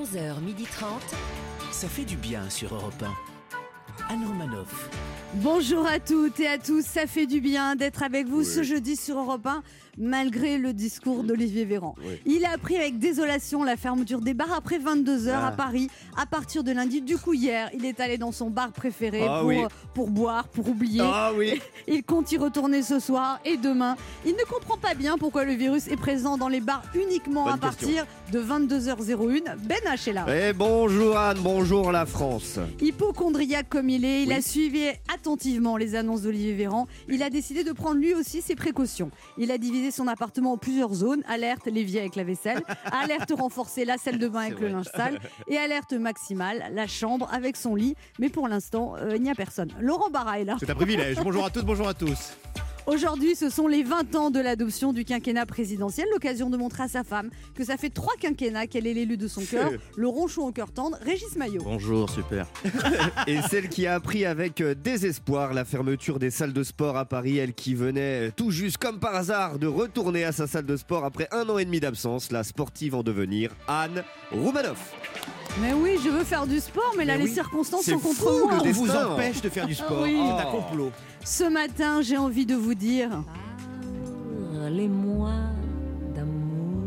11h30. Ça fait du bien sur Europe 1. Anne Romanoff. Bonjour à toutes et à tous, ça fait du bien d'être avec vous ce jeudi sur Europe 1, malgré le discours d'Olivier Véran. Il a appris avec désolation la fermeture des bars après 22h à Paris, à partir de lundi. Du coup, hier, il est allé dans son bar préféré pour boire, pour oublier. Il compte y retourner ce soir et demain. Il ne comprend pas bien pourquoi le virus est présent dans les bars uniquement à partir de 22h01. Ben H est là. Et bonjour Anne, bonjour la France. Hypochondriaque comme il est, il a suivi attentivement les annonces d'Olivier Véran. Il a décidé de prendre lui aussi ses précautions. Il a divisé son appartement en plusieurs zones. Alerte l'évier avec la vaisselle, alerte renforcée la salle de bain avec le linge sale et alerte maximale la chambre avec son lit. Mais pour l'instant, il n'y a personne. Laurent Barra est là. C'est un privilège. Bonjour à toutes, bonjour à tous. Aujourd'hui, ce sont les 20 ans de l'adoption du quinquennat présidentiel, l'occasion de montrer à sa femme que ça fait 3 quinquennats qu'elle est l'élu de son cœur, le ronchon au cœur tendre, Régis Maillot. Bonjour, super. Et celle qui a appris avec désespoir la fermeture des salles de sport à Paris, elle qui venait tout juste comme par hasard de retourner à sa salle de sport après 1 an et demi d'absence, la sportive en devenir, Anne Romanoff. Mais oui, je veux faire du sport, mais là, les circonstances sont contre moi. On vous empêche de faire du sport. Oui. C'est un complot. Ce matin, j'ai envie de vous dire... Parlez-moi d'amour,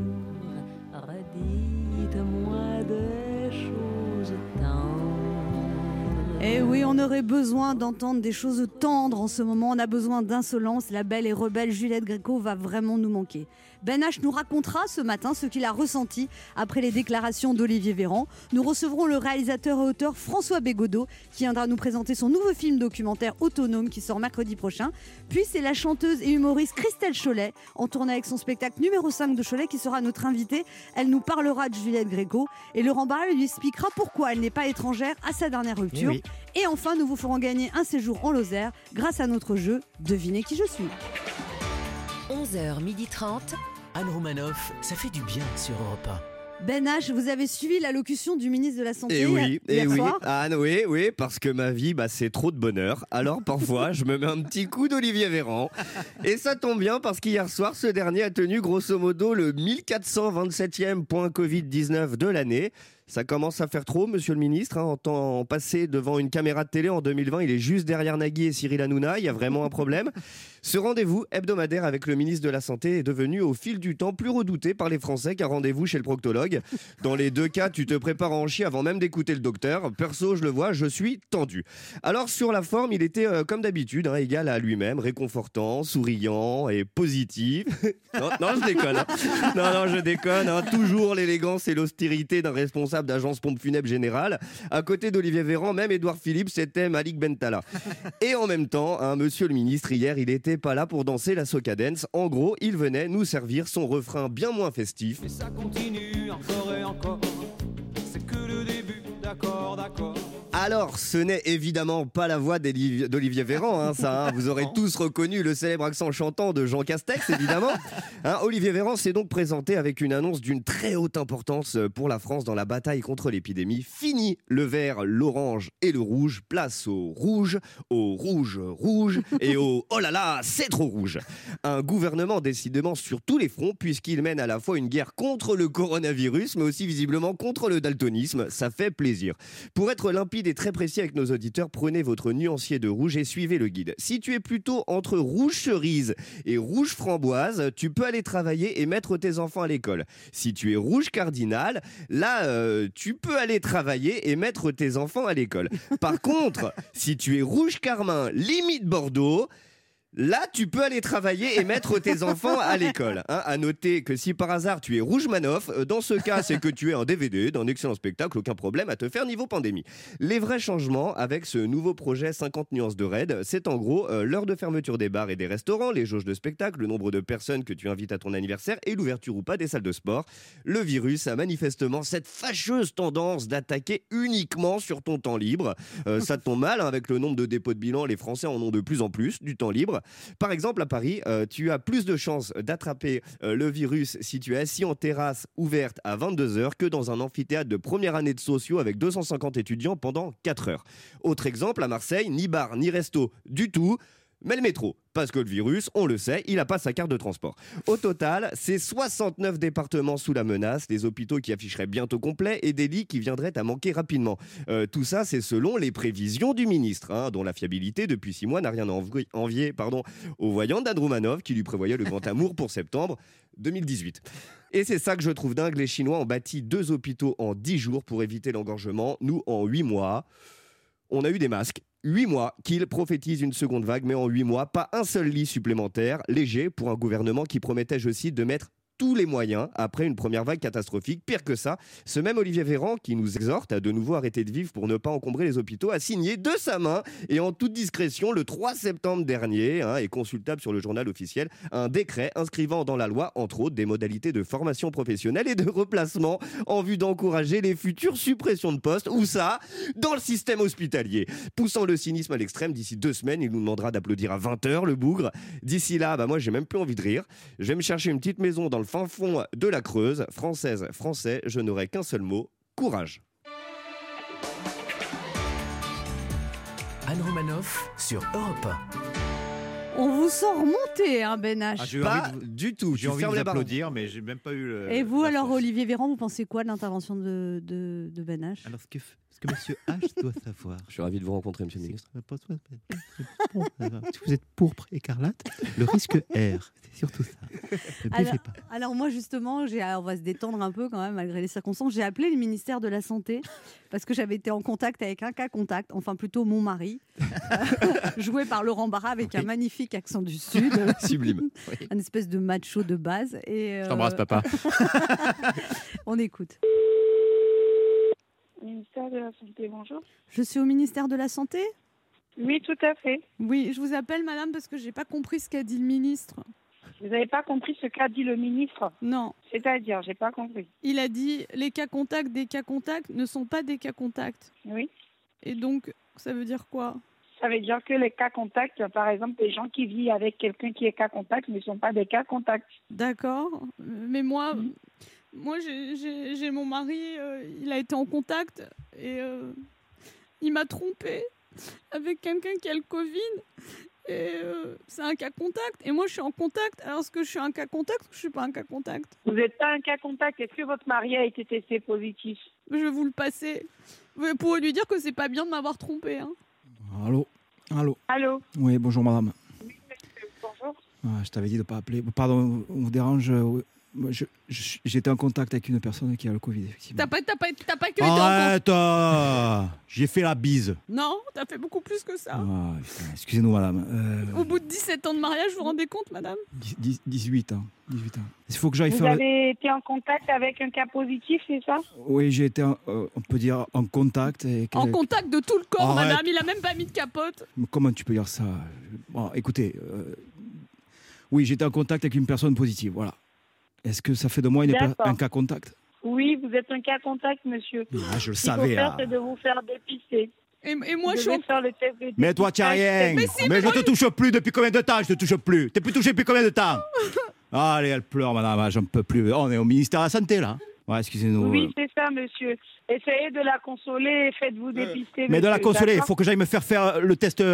redites-moi des choses tendres. Eh oui, on aurait besoin d'entendre des choses tendres en ce moment. On a besoin d'insolence. La belle et rebelle Juliette Gréco va vraiment nous manquer. Ben H nous racontera ce matin ce qu'il a ressenti après les déclarations d'Olivier Véran. Nous recevrons le réalisateur et auteur François Bégodeau qui viendra nous présenter son nouveau film documentaire Autonome qui sort mercredi prochain. Puis c'est la chanteuse et humoriste Christelle Cholet en tournée avec son spectacle numéro 5 de Cholet qui sera notre invitée. Elle nous parlera de Juliette Gréco et Laurent Barra lui expliquera pourquoi elle n'est pas étrangère à sa dernière rupture. Oui. Et enfin, nous vous ferons gagner un séjour en Lozère grâce à notre jeu Devinez qui je suis. 11h30. Anne Romanoff, ça fait du bien sur Europe 1. Ben H, vous avez suivi l'allocution du ministre de la Santé hier soir. Anne, oui, parce que ma vie, c'est trop de bonheur. Alors parfois, je me mets un petit coup d'Olivier Véran. Et ça tombe bien parce qu'hier soir, ce dernier a tenu grosso modo le 1427e point Covid-19 de l'année. Ça commence à faire trop, monsieur le ministre. En temps passé devant une caméra de télé en 2020, il est juste derrière Nagui et Cyril Hanouna. Il y a vraiment un problème. Ce rendez-vous hebdomadaire avec le ministre de la Santé est devenu au fil du temps plus redouté par les Français qu'un rendez-vous chez le proctologue. Dans les deux cas, tu te prépares à en chier avant même d'écouter le docteur. Perso, je le vois, je suis tendu. Alors sur la forme, il était comme d'habitude, égal à lui-même, réconfortant, souriant et positif. non, je déconne. Non, je déconne. Toujours l'élégance et l'austérité d'un responsable d'agence pompe funèbre générale. À côté d'Olivier Véran, même Édouard Philippe, c'était Malik Bentala. Et en même temps, monsieur le ministre, hier, il n'était pas là pour danser la soca dance. En gros, il venait nous servir son refrain bien moins festif. Et ça continue encore et encore. C'est que le début, d'accord. Alors, ce n'est évidemment pas la voix d'Olivier Véran, ça. Vous aurez tous reconnu le célèbre accent chantant de Jean Castex, évidemment. Olivier Véran s'est donc présenté avec une annonce d'une très haute importance pour la France dans la bataille contre l'épidémie. Fini le vert, l'orange et le rouge. Place au rouge et au oh là là, c'est trop rouge. Un gouvernement décidément sur tous les fronts, puisqu'il mène à la fois une guerre contre le coronavirus, mais aussi visiblement contre le daltonisme. Ça fait plaisir. Pour être limpide et très précis avec nos auditeurs, prenez votre nuancier de rouge et suivez le guide. Si tu es plutôt entre rouge cerise et rouge framboise, tu peux aller travailler et mettre tes enfants à l'école. Si tu es rouge cardinal, là, tu peux aller travailler et mettre tes enfants à l'école. Par contre, si tu es rouge carmin, limite Bordeaux, là, tu peux aller travailler et mettre tes enfants à l'école. À noter que si par hasard tu es rouge Manoff, dans ce cas, c'est que tu es un DVD d'un excellent spectacle, aucun problème à te faire niveau pandémie. Les vrais changements avec ce nouveau projet 50 nuances de raid, c'est en gros l'heure de fermeture des bars et des restaurants, les jauges de spectacle, le nombre de personnes que tu invites à ton anniversaire et l'ouverture ou pas des salles de sport. Le virus a manifestement cette fâcheuse tendance d'attaquer uniquement sur ton temps libre. Ça tombe mal, avec le nombre de dépôts de bilan, les Français en ont de plus en plus du temps libre. Par exemple, à Paris, tu as plus de chances d'attraper le virus si tu es assis en terrasse ouverte à 22h que dans un amphithéâtre de première année de sociaux avec 250 étudiants pendant 4 heures. Autre exemple, à Marseille, ni bar ni resto du tout. Mais le métro, parce que le virus, on le sait, il n'a pas sa carte de transport. Au total, c'est 69 départements sous la menace, des hôpitaux qui afficheraient bientôt complets et des lits qui viendraient à manquer rapidement. Tout ça, c'est selon les prévisions du ministre, dont la fiabilité depuis 6 mois n'a rien à envier au voyant d'Andrew Manoff qui lui prévoyait le grand amour pour septembre 2018. Et c'est ça que je trouve dingue, les Chinois ont bâti 2 hôpitaux en 10 jours pour éviter l'engorgement. Nous, en 8 mois, on a eu des masques. 8 mois qu'ils prophétisent une seconde vague, mais en 8 mois, pas un seul lit supplémentaire, léger pour un gouvernement qui promettait, je cite, de mettre tous les moyens après une première vague catastrophique. Pire que ça, ce même Olivier Véran, qui nous exhorte à de nouveau arrêter de vivre pour ne pas encombrer les hôpitaux, a signé de sa main et en toute discrétion le 3 septembre dernier, et consultable sur le journal officiel, un décret inscrivant dans la loi, entre autres, des modalités de formation professionnelle et de replacement en vue d'encourager les futures suppressions de postes. Où ça ? Dans le système hospitalier. Poussant le cynisme à l'extrême, d'ici 2 semaines, il nous demandera d'applaudir à 20h, le bougre. D'ici là, moi, j'ai même plus envie de rire. Je vais me chercher une petite maison dans le fin fond de la Creuse. Française, français, je n'aurai qu'un seul mot, courage. Anne Romanoff sur Europe 1. On vous sent remonter, Ben H. J'ai Pas du tout. J'ai Tu envie fermes de les barreaux. l'applaudir, mais j'ai même pas eu le. Et vous, la alors, force. Olivier Véran, vous pensez quoi de l'intervention de Ben H? Alors, ce que monsieur H doit savoir. Je suis ravi de vous rencontrer, monsieur le ministre. Si vous êtes pourpre écarlate, le risque R. C'est surtout ça. Ne buvez pas. Alors moi justement, on va se détendre un peu quand même malgré les circonstances. J'ai appelé le ministère de la Santé parce que j'avais été en contact avec un cas contact, enfin plutôt mon mari, joué par Laurent Barra avec un magnifique accent du Sud. Sublime. Un espèce de macho de base. Et, Je t'embrasse, papa. On écoute. Ministère de la Santé, bonjour. Je suis au ministère de la Santé. Oui, tout à fait. Oui, je vous appelle madame parce que j'ai pas compris ce qu'a dit le ministre. Vous n'avez pas compris ce qu'a dit le ministre? Non, C'est-à-dire, j'ai pas compris. il a dit les cas contacts des cas contacts ne sont pas des cas contacts. Oui. Et donc, ça veut dire quoi? Ça veut dire que les cas contacts, par exemple, les gens qui vivent avec quelqu'un qui est cas contact ne sont pas des cas contacts. D'accord, mais moi, j'ai mon mari, il a été en contact et il m'a trompée avec quelqu'un qui a le Covid et c'est un cas contact et moi je suis en contact. Alors est-ce que je suis un cas contact ou je suis pas un cas contact? Vous n'êtes pas un cas contact. Est-ce que votre mari a été testé positif? Je vais vous le passer. Vous pouvez lui dire que c'est pas bien de m'avoir trompée. Hein. Allô? Allô? Oui, bonjour madame. Oui, monsieur, bonjour. Je t'avais dit de ne pas appeler. Pardon, on vous dérange. J'étais en contact avec une personne qui a le Covid, effectivement. T'as pas que été en contact. Arrête J'ai fait la bise. Non, t'as fait beaucoup plus que ça. Putain, excusez-nous madame. Au bout de 17 ans de mariage, vous vous rendez compte, madame? 18 ans. Il faut que j'aille Vous faire... avez été en contact avec un cas positif, c'est ça? Oui, j'ai été, on peut dire, en contact. En contact de tout le corps, Arrête. madame. Il a même pas mis de capote. Mais comment tu peux dire ça? Bon, écoutez, oui, j'étais en contact avec une personne positive, voilà. Est-ce que ça fait de moi D'accord. un cas contact? Oui, vous êtes un cas contact, monsieur. Ah, je le Ce qu'il faut savais, faire, là. c'est de vous faire dépister. Et moi, Vous je suis devez faire le test de Mais toi, tu n'as rien. Mais si, Mais mais je te touche plus depuis combien de temps? Je te touche plus. T'es plus touché depuis combien de temps? Allez, elle pleure, madame. J'en peux plus. On est au ministère de la Santé, là. Ouais, excusez-nous. Oui, c'est ça, monsieur. Essayez de la consoler et faites-vous dépister. Mais de la monsieur, consoler, il d'accord? faut que j'aille me faire le test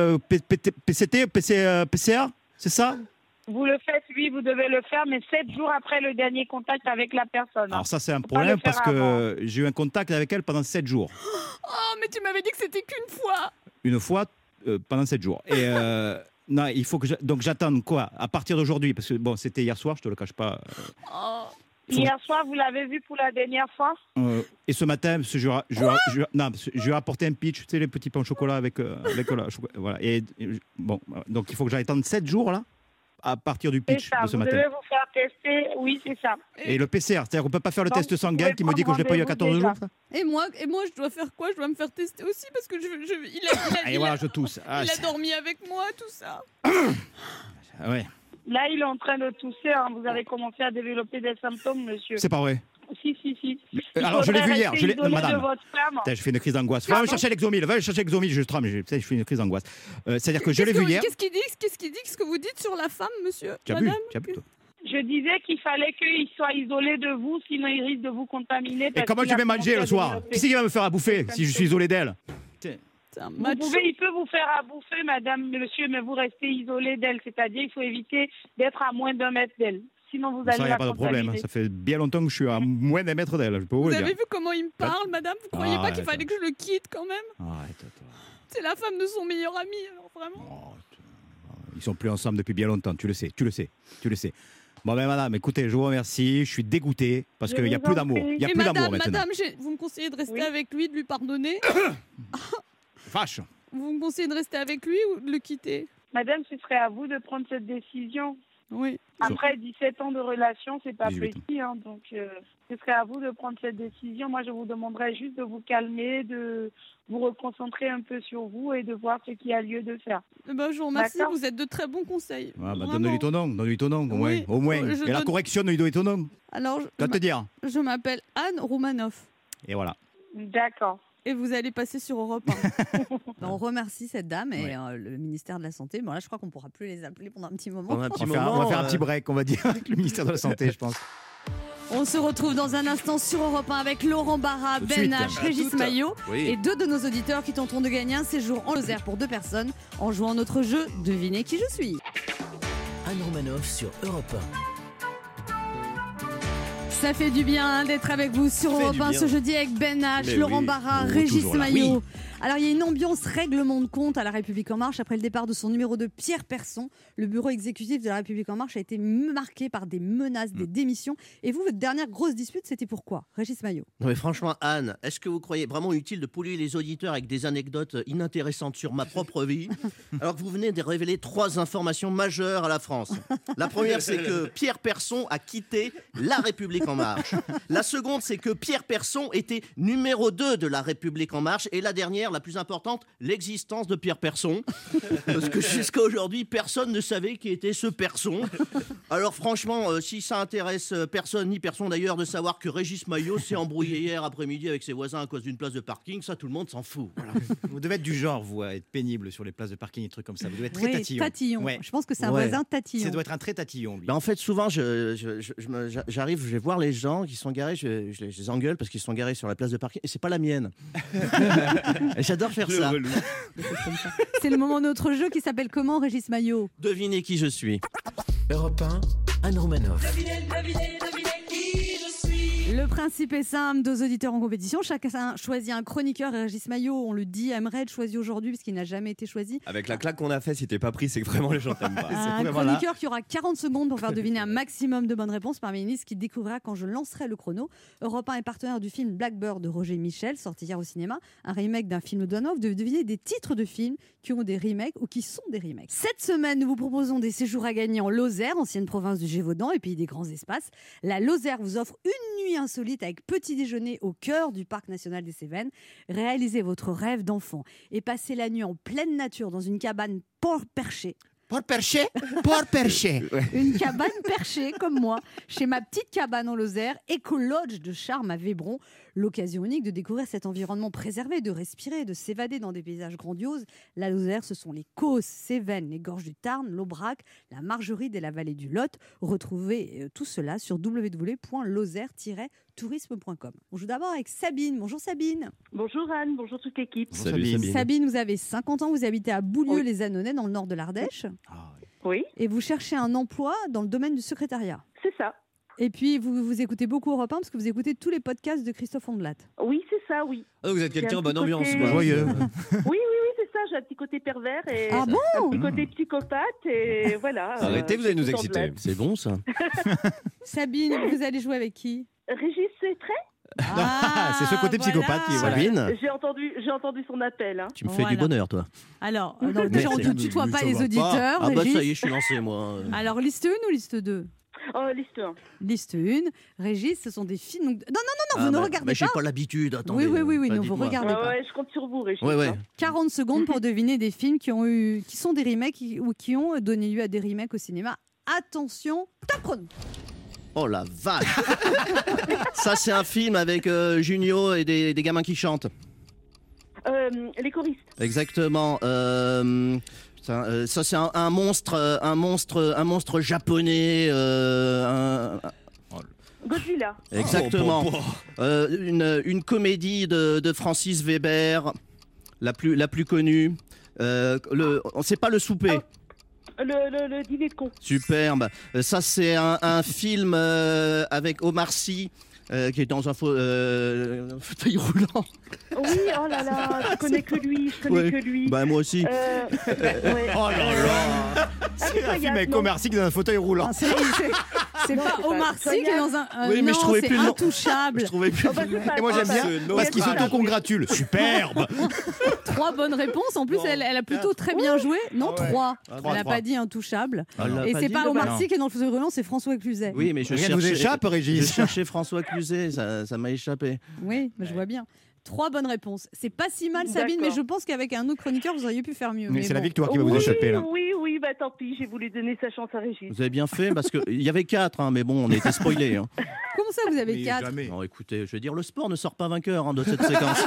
PCR, c'est ça? Vous le faites, oui, vous devez le faire, mais 7 jours après le dernier contact avec la personne. Alors ça, c'est un Faut pas problème le faire parce que avant. j'ai eu un contact avec elle pendant 7 jours. Oh, mais tu m'avais dit que c'était qu'une fois. Une fois pendant 7 jours. Et non, il faut que donc j'attende quoi? À partir d'aujourd'hui, parce que bon, c'était hier soir, je te le cache pas. Oh. Hier soir, vous l'avez vu pour la dernière fois? Et ce matin, parce que je lui ai apporté un pitch, tu sais, les petits pains au chocolat avec le chocolat. Voilà. Et bon, donc il faut que j'aille attendre 7 jours là, à partir du C'est pitch ça, de ce vous matin. devez vous faire tester, oui, c'est ça. Et le PCR, c'est-à-dire qu'on peut pas faire le Donc, test vous sanguin pouvez qui me dit que je l'ai pas eu il y a prendre 14 jours. rendez-vous Ça Et moi, je dois faire quoi? Je dois me faire tester aussi parce que Et voilà, je tousse. Ah, il a dormi avec moi, tout ça. ouais. Là, il est en train de tousser, hein. Vous avez commencé à développer des symptômes, monsieur. C'est pas vrai. Si. Il Alors, je l'ai faudrait vu hier. rester isolé Madame. de votre femme. Putain, je fais une crise d'angoisse. Va me chercher l'exomile, je tremble, je fais une crise d'angoisse. C'est-à-dire que je l'ai vu hier. Qu'est-ce qu'il dit? Qu'est-ce que vous dites sur la femme, monsieur? Tu as bu, Madame? toi. Je disais qu'il fallait qu'il soit isolé de vous, sinon il risque de vous contaminer. Et comment je vais manger le soir? Qui c'est qui va me faire à bouffer si je suis isolé d'elle? C'est un Vous macho. pouvez, il peut vous faire à bouffer, madame, monsieur, mais vous restez isolé d'elle. C'est-à-dire, il faut éviter d'être à moins d'1 mètre d'elle. Sinon, vous allez Ça, il n'y la a pas de problème. contaminer. Ça fait bien longtemps que je suis à moins d'un mètre d'elle, je peux vous Vous le avez dire. vu comment il me parle, madame? Vous croyez pas qu'il Arrête. fallait que je le quitte quand même? Arrête, toi. C'est la femme de son meilleur ami, alors vraiment. Ils sont plus ensemble depuis bien longtemps, tu le sais. Bon, ben madame, écoutez, je vous remercie. Je suis dégoûté parce Je qu'il n'y a vous plus en d'amour. prie. Il n'y a Et plus d'amour madame, maintenant. vous me conseillez de rester Oui. avec lui, de lui pardonner? Fâche. Vous me conseillez de rester avec lui ou de le quitter? Madame, ce serait à vous de prendre cette décision. Oui. Après 17 ans de relation, c'est pas 18 ans. petit, hein, donc ce serait à vous de prendre cette décision. Moi, je vous demanderais juste de vous calmer, de vous reconcentrer un peu sur vous et de voir ce qu'il y a lieu de faire. Eh ben, je vous remercie, D'accord. vous êtes de très bons conseils. Ah, bah, Vraiment. donne-lui ton nom, au moins. Oui. Au moins. Je Et la donne- correction, donne-lui ton nom. Alors, Qu'à te dire. je m'appelle Anne Roumanoff. Et voilà. D'accord. Et vous allez passer sur Europe 1. On remercie cette dame et Ouais. le ministère de la Santé. Bon, là, je crois qu'on pourra plus les appeler pendant un petit moment. Pendant un petit On va moment, faire un petit break, on va dire, avec le ministère de la Santé, je pense. On se retrouve dans un instant sur Europe 1 avec Laurent Barra, Tout de Ben suite. H, À Régis toutes. Maillot Oui. et 2 de nos auditeurs qui tenteront de gagner un séjour en Lozère pour 2 personnes en jouant notre jeu Devinez qui je suis. Anne Romanoff sur Europe Ça fait du bien d'être avec vous sur Ça fait Europe du 1 bien. ce jeudi avec Ben H, Mais Laurent oui. Barra, Oh, Régis toujours là. Maillot. Oui. Alors il y a une ambiance règlement de compte à La République En Marche après le départ de son numéro 2 Pierre Persson. Le bureau exécutif de La République En Marche a été marqué par des menaces, des démissions. Et vous, votre dernière grosse dispute, c'était pourquoi? Régis Maillot. Non mais franchement, Anne, est-ce que vous croyez vraiment utile de polluer les auditeurs avec des anecdotes inintéressantes sur ma propre vie, alors que vous venez de révéler 3 informations majeures à la France? La première, c'est que Pierre Persson a quitté La République En Marche. La seconde, c'est que Pierre Persson était numéro 2 de La République En Marche. Et la dernière, la plus importante, l'existence de Pierre Persson. Parce que jusqu'à aujourd'hui, personne ne savait qui était ce Persson. Alors franchement, si ça intéresse personne, ni personne d'ailleurs, de savoir que Régis Maillot s'est embrouillé hier après-midi avec ses voisins à cause d'une place de parking, ça tout le monde s'en fout. Voilà. Vous devez être du genre, vous, à être pénible sur les places de parking et trucs comme ça. Vous devez être très Oui, tatillon. tatillon. Ouais. Je pense que c'est un Ouais. voisin tatillon. Ça doit être un très tatillon, lui. Ben, en fait, souvent, j'arrive, je vais voir les gens qui sont garés, je les engueule parce qu'ils sont garés sur la place de parking et c'est pas la mienne. Et j'adore faire ça. C'est le moment de notre jeu qui s'appelle comment, Régis Maillot? Devinez qui je suis. Europe 1, Anne Romanoff. Le principe est simple, 2 auditeurs en compétition. Chacun choisit un chroniqueur et Régis Maillot, on le dit, aimerait être choisi aujourd'hui parce qu'il n'a jamais été choisi. Avec la claque qu'on a fait, si t'es pas pris, c'est que vraiment les gens t'aiment pas. Un voilà. chroniqueur qui aura 40 secondes pour faire deviner un maximum de bonnes réponses parmi une liste qui découvrira quand je lancerai le chrono. Europe 1 est partenaire du film Blackbird de Roger Michel, sorti hier au cinéma, un remake d'un film de Donoff. De deviner des titres de films qui ont des remakes ou qui sont des remakes. Cette semaine, nous vous proposons des séjours à gagner en Lozère, ancienne province du Gévaudan et pays des grands espaces. La Lozère vous offre une nuit insolite avec petit déjeuner au cœur du parc national des Cévennes. Réalisez votre rêve d'enfant et passez la nuit en pleine nature dans une cabane perchée. Port perché, port perché. Une cabane perchée, comme moi, chez ma petite cabane en Lozère, Éco-Lodge de Charme à Vébron. L'occasion unique de découvrir cet environnement préservé, de respirer, de s'évader dans des paysages grandioses. La Lozère, ce sont les Causses, Cévennes, les gorges du Tarn, l'Aubrac, la Margeride et la vallée du Lot. Retrouvez tout cela sur www.lozère-tourisme.com. On joue d'abord avec Sabine. Bonjour Sabine. Bonjour Anne, bonjour toute l'équipe. Salut Sabine. Sabine, vous avez 50 ans, vous habitez à Boulieu-les-Annonais dans le nord de l'Ardèche Oui, et vous cherchez un emploi dans le domaine du secrétariat. c'est ça. Et puis, vous écoutez beaucoup Europe 1 parce que vous écoutez tous les podcasts de Christophe Ondelat. Oui, c'est ça, oui. Ah, vous êtes quelqu'un en un bonne petit ambiance. côté- quoi. Joyeux. Oui, c'est ça. J'ai un petit côté pervers et Ah bon un petit côté psychopathe et voilà. Arrêtez, vous allez nous Christophe exciter. Ondelat. C'est bon ça. Sabine, vous allez jouer avec qui? Régis Cétret. C'est ce côté psychopathe qui est- voilà. Sabine, J'ai entendu son appel. tu me fais Voilà. du bonheur toi. Alors, déjà, on Merci. ne tutoie pas Ça les va pas. auditeurs. Ah bah Régis. ça y est, je suis lancé moi. Alors, liste 1 ou liste 2? Oh, liste 1. Liste 1. Régis, ce sont des films. Non, vous ne regardez J'ai pas. pas l'habitude, attendez. Oui, Bah, non, vous dites-moi. regardez pas. Ouais, je compte sur vous, Régis. Ouais. 40 secondes pour deviner des films qui sont des remakes ou qui ont donné lieu à des remakes au cinéma. Attention, top chrono. Oh la vache. Ça c'est un film avec Junio et des gamins qui chantent. Les choristes. Exactement. Ça c'est un monstre japonais. Godzilla. Exactement. Une comédie de Francis Weber. La plus connue. C'est pas le souper. Le dîner de con. Superbe. Ça, c'est un film avec Omar Sy. Qui est dans un fauteuil roulant. Oui, oh là là, je connais que lui, Ouais. que lui. Bah moi aussi. Ouais. Oh là là. C'est un film avec Omar Sy qui est dans un fauteuil roulant. Ah, c'est Non, pas c'est pas Omar Sy qui est dans un. Oui, mais non, je trouvais c'est plus le nom. intouchable. Je trouvais plus. Oh, bah, c'est ça, Et moi j'aime bien parce qu'il s'autocongratule. Superbe. 3 bonnes réponses. En plus, elle a plutôt très bien joué. Non, 3. Elle n'a trois. pas dit intouchable. Elle l'a Et pas c'est dit, pas le Omar ballon. Sy qui est dans le fauteuil roulant, c'est François Cluzet. Oui, mais je Rien ne vous échappe, Régis. Je cherchais François Cluzet, ça m'a échappé. Oui, mais je vois bien. 3 bonnes réponses. C'est pas si mal, Sabine, mais D'accord. je pense qu'avec un autre chroniqueur, vous auriez pu faire mieux. Mais c'est la bon. victoire qui va vous échapper là. Oui, bah tant pis, j'ai voulu donner sa chance à Régis. Vous avez bien fait parce qu'il y avait 4, mais bon, on était spoilés. Hein. Comment ça, vous avez Mais 4 jamais. Non, écoutez, je veux dire, le sport ne sort pas vainqueur de cette séquence.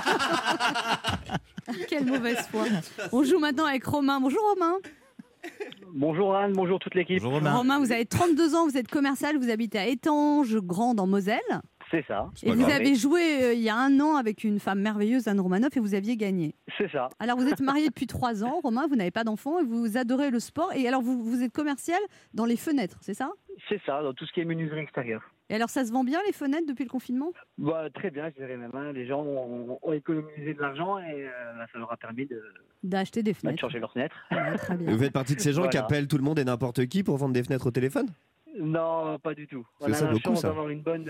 Quelle mauvaise foi. On joue maintenant avec Romain. Bonjour Romain. Bonjour Anne, bonjour toute l'équipe. Bonjour Romain. Romain, vous avez 32 ans, vous êtes commercial, vous habitez à Étanges, Grand, en Moselle. C'est ça. Et vous avez joué il y a 1 an avec une femme merveilleuse, Anne Romanoff, et vous aviez gagné. C'est ça. Alors vous êtes marié depuis 3 ans, Romain, vous n'avez pas d'enfant et vous adorez le sport. Et alors vous êtes commercial dans les fenêtres, c'est ça? C'est ça, dans tout ce qui est menuiserie extérieure. Et alors ça se vend bien les fenêtres depuis le confinement? Bah, très bien, je dirais même. Hein. Les gens ont économisé de l'argent et ça leur a permis D'acheter des de fenêtres. changer leurs fenêtres. Ouais, très bien. Vous faites partie de ces gens qui Voilà. appellent tout le monde et n'importe qui pour vendre des fenêtres au téléphone? Non, pas du tout. On C'est a ça, la beaucoup, chance ça. d'avoir une bonne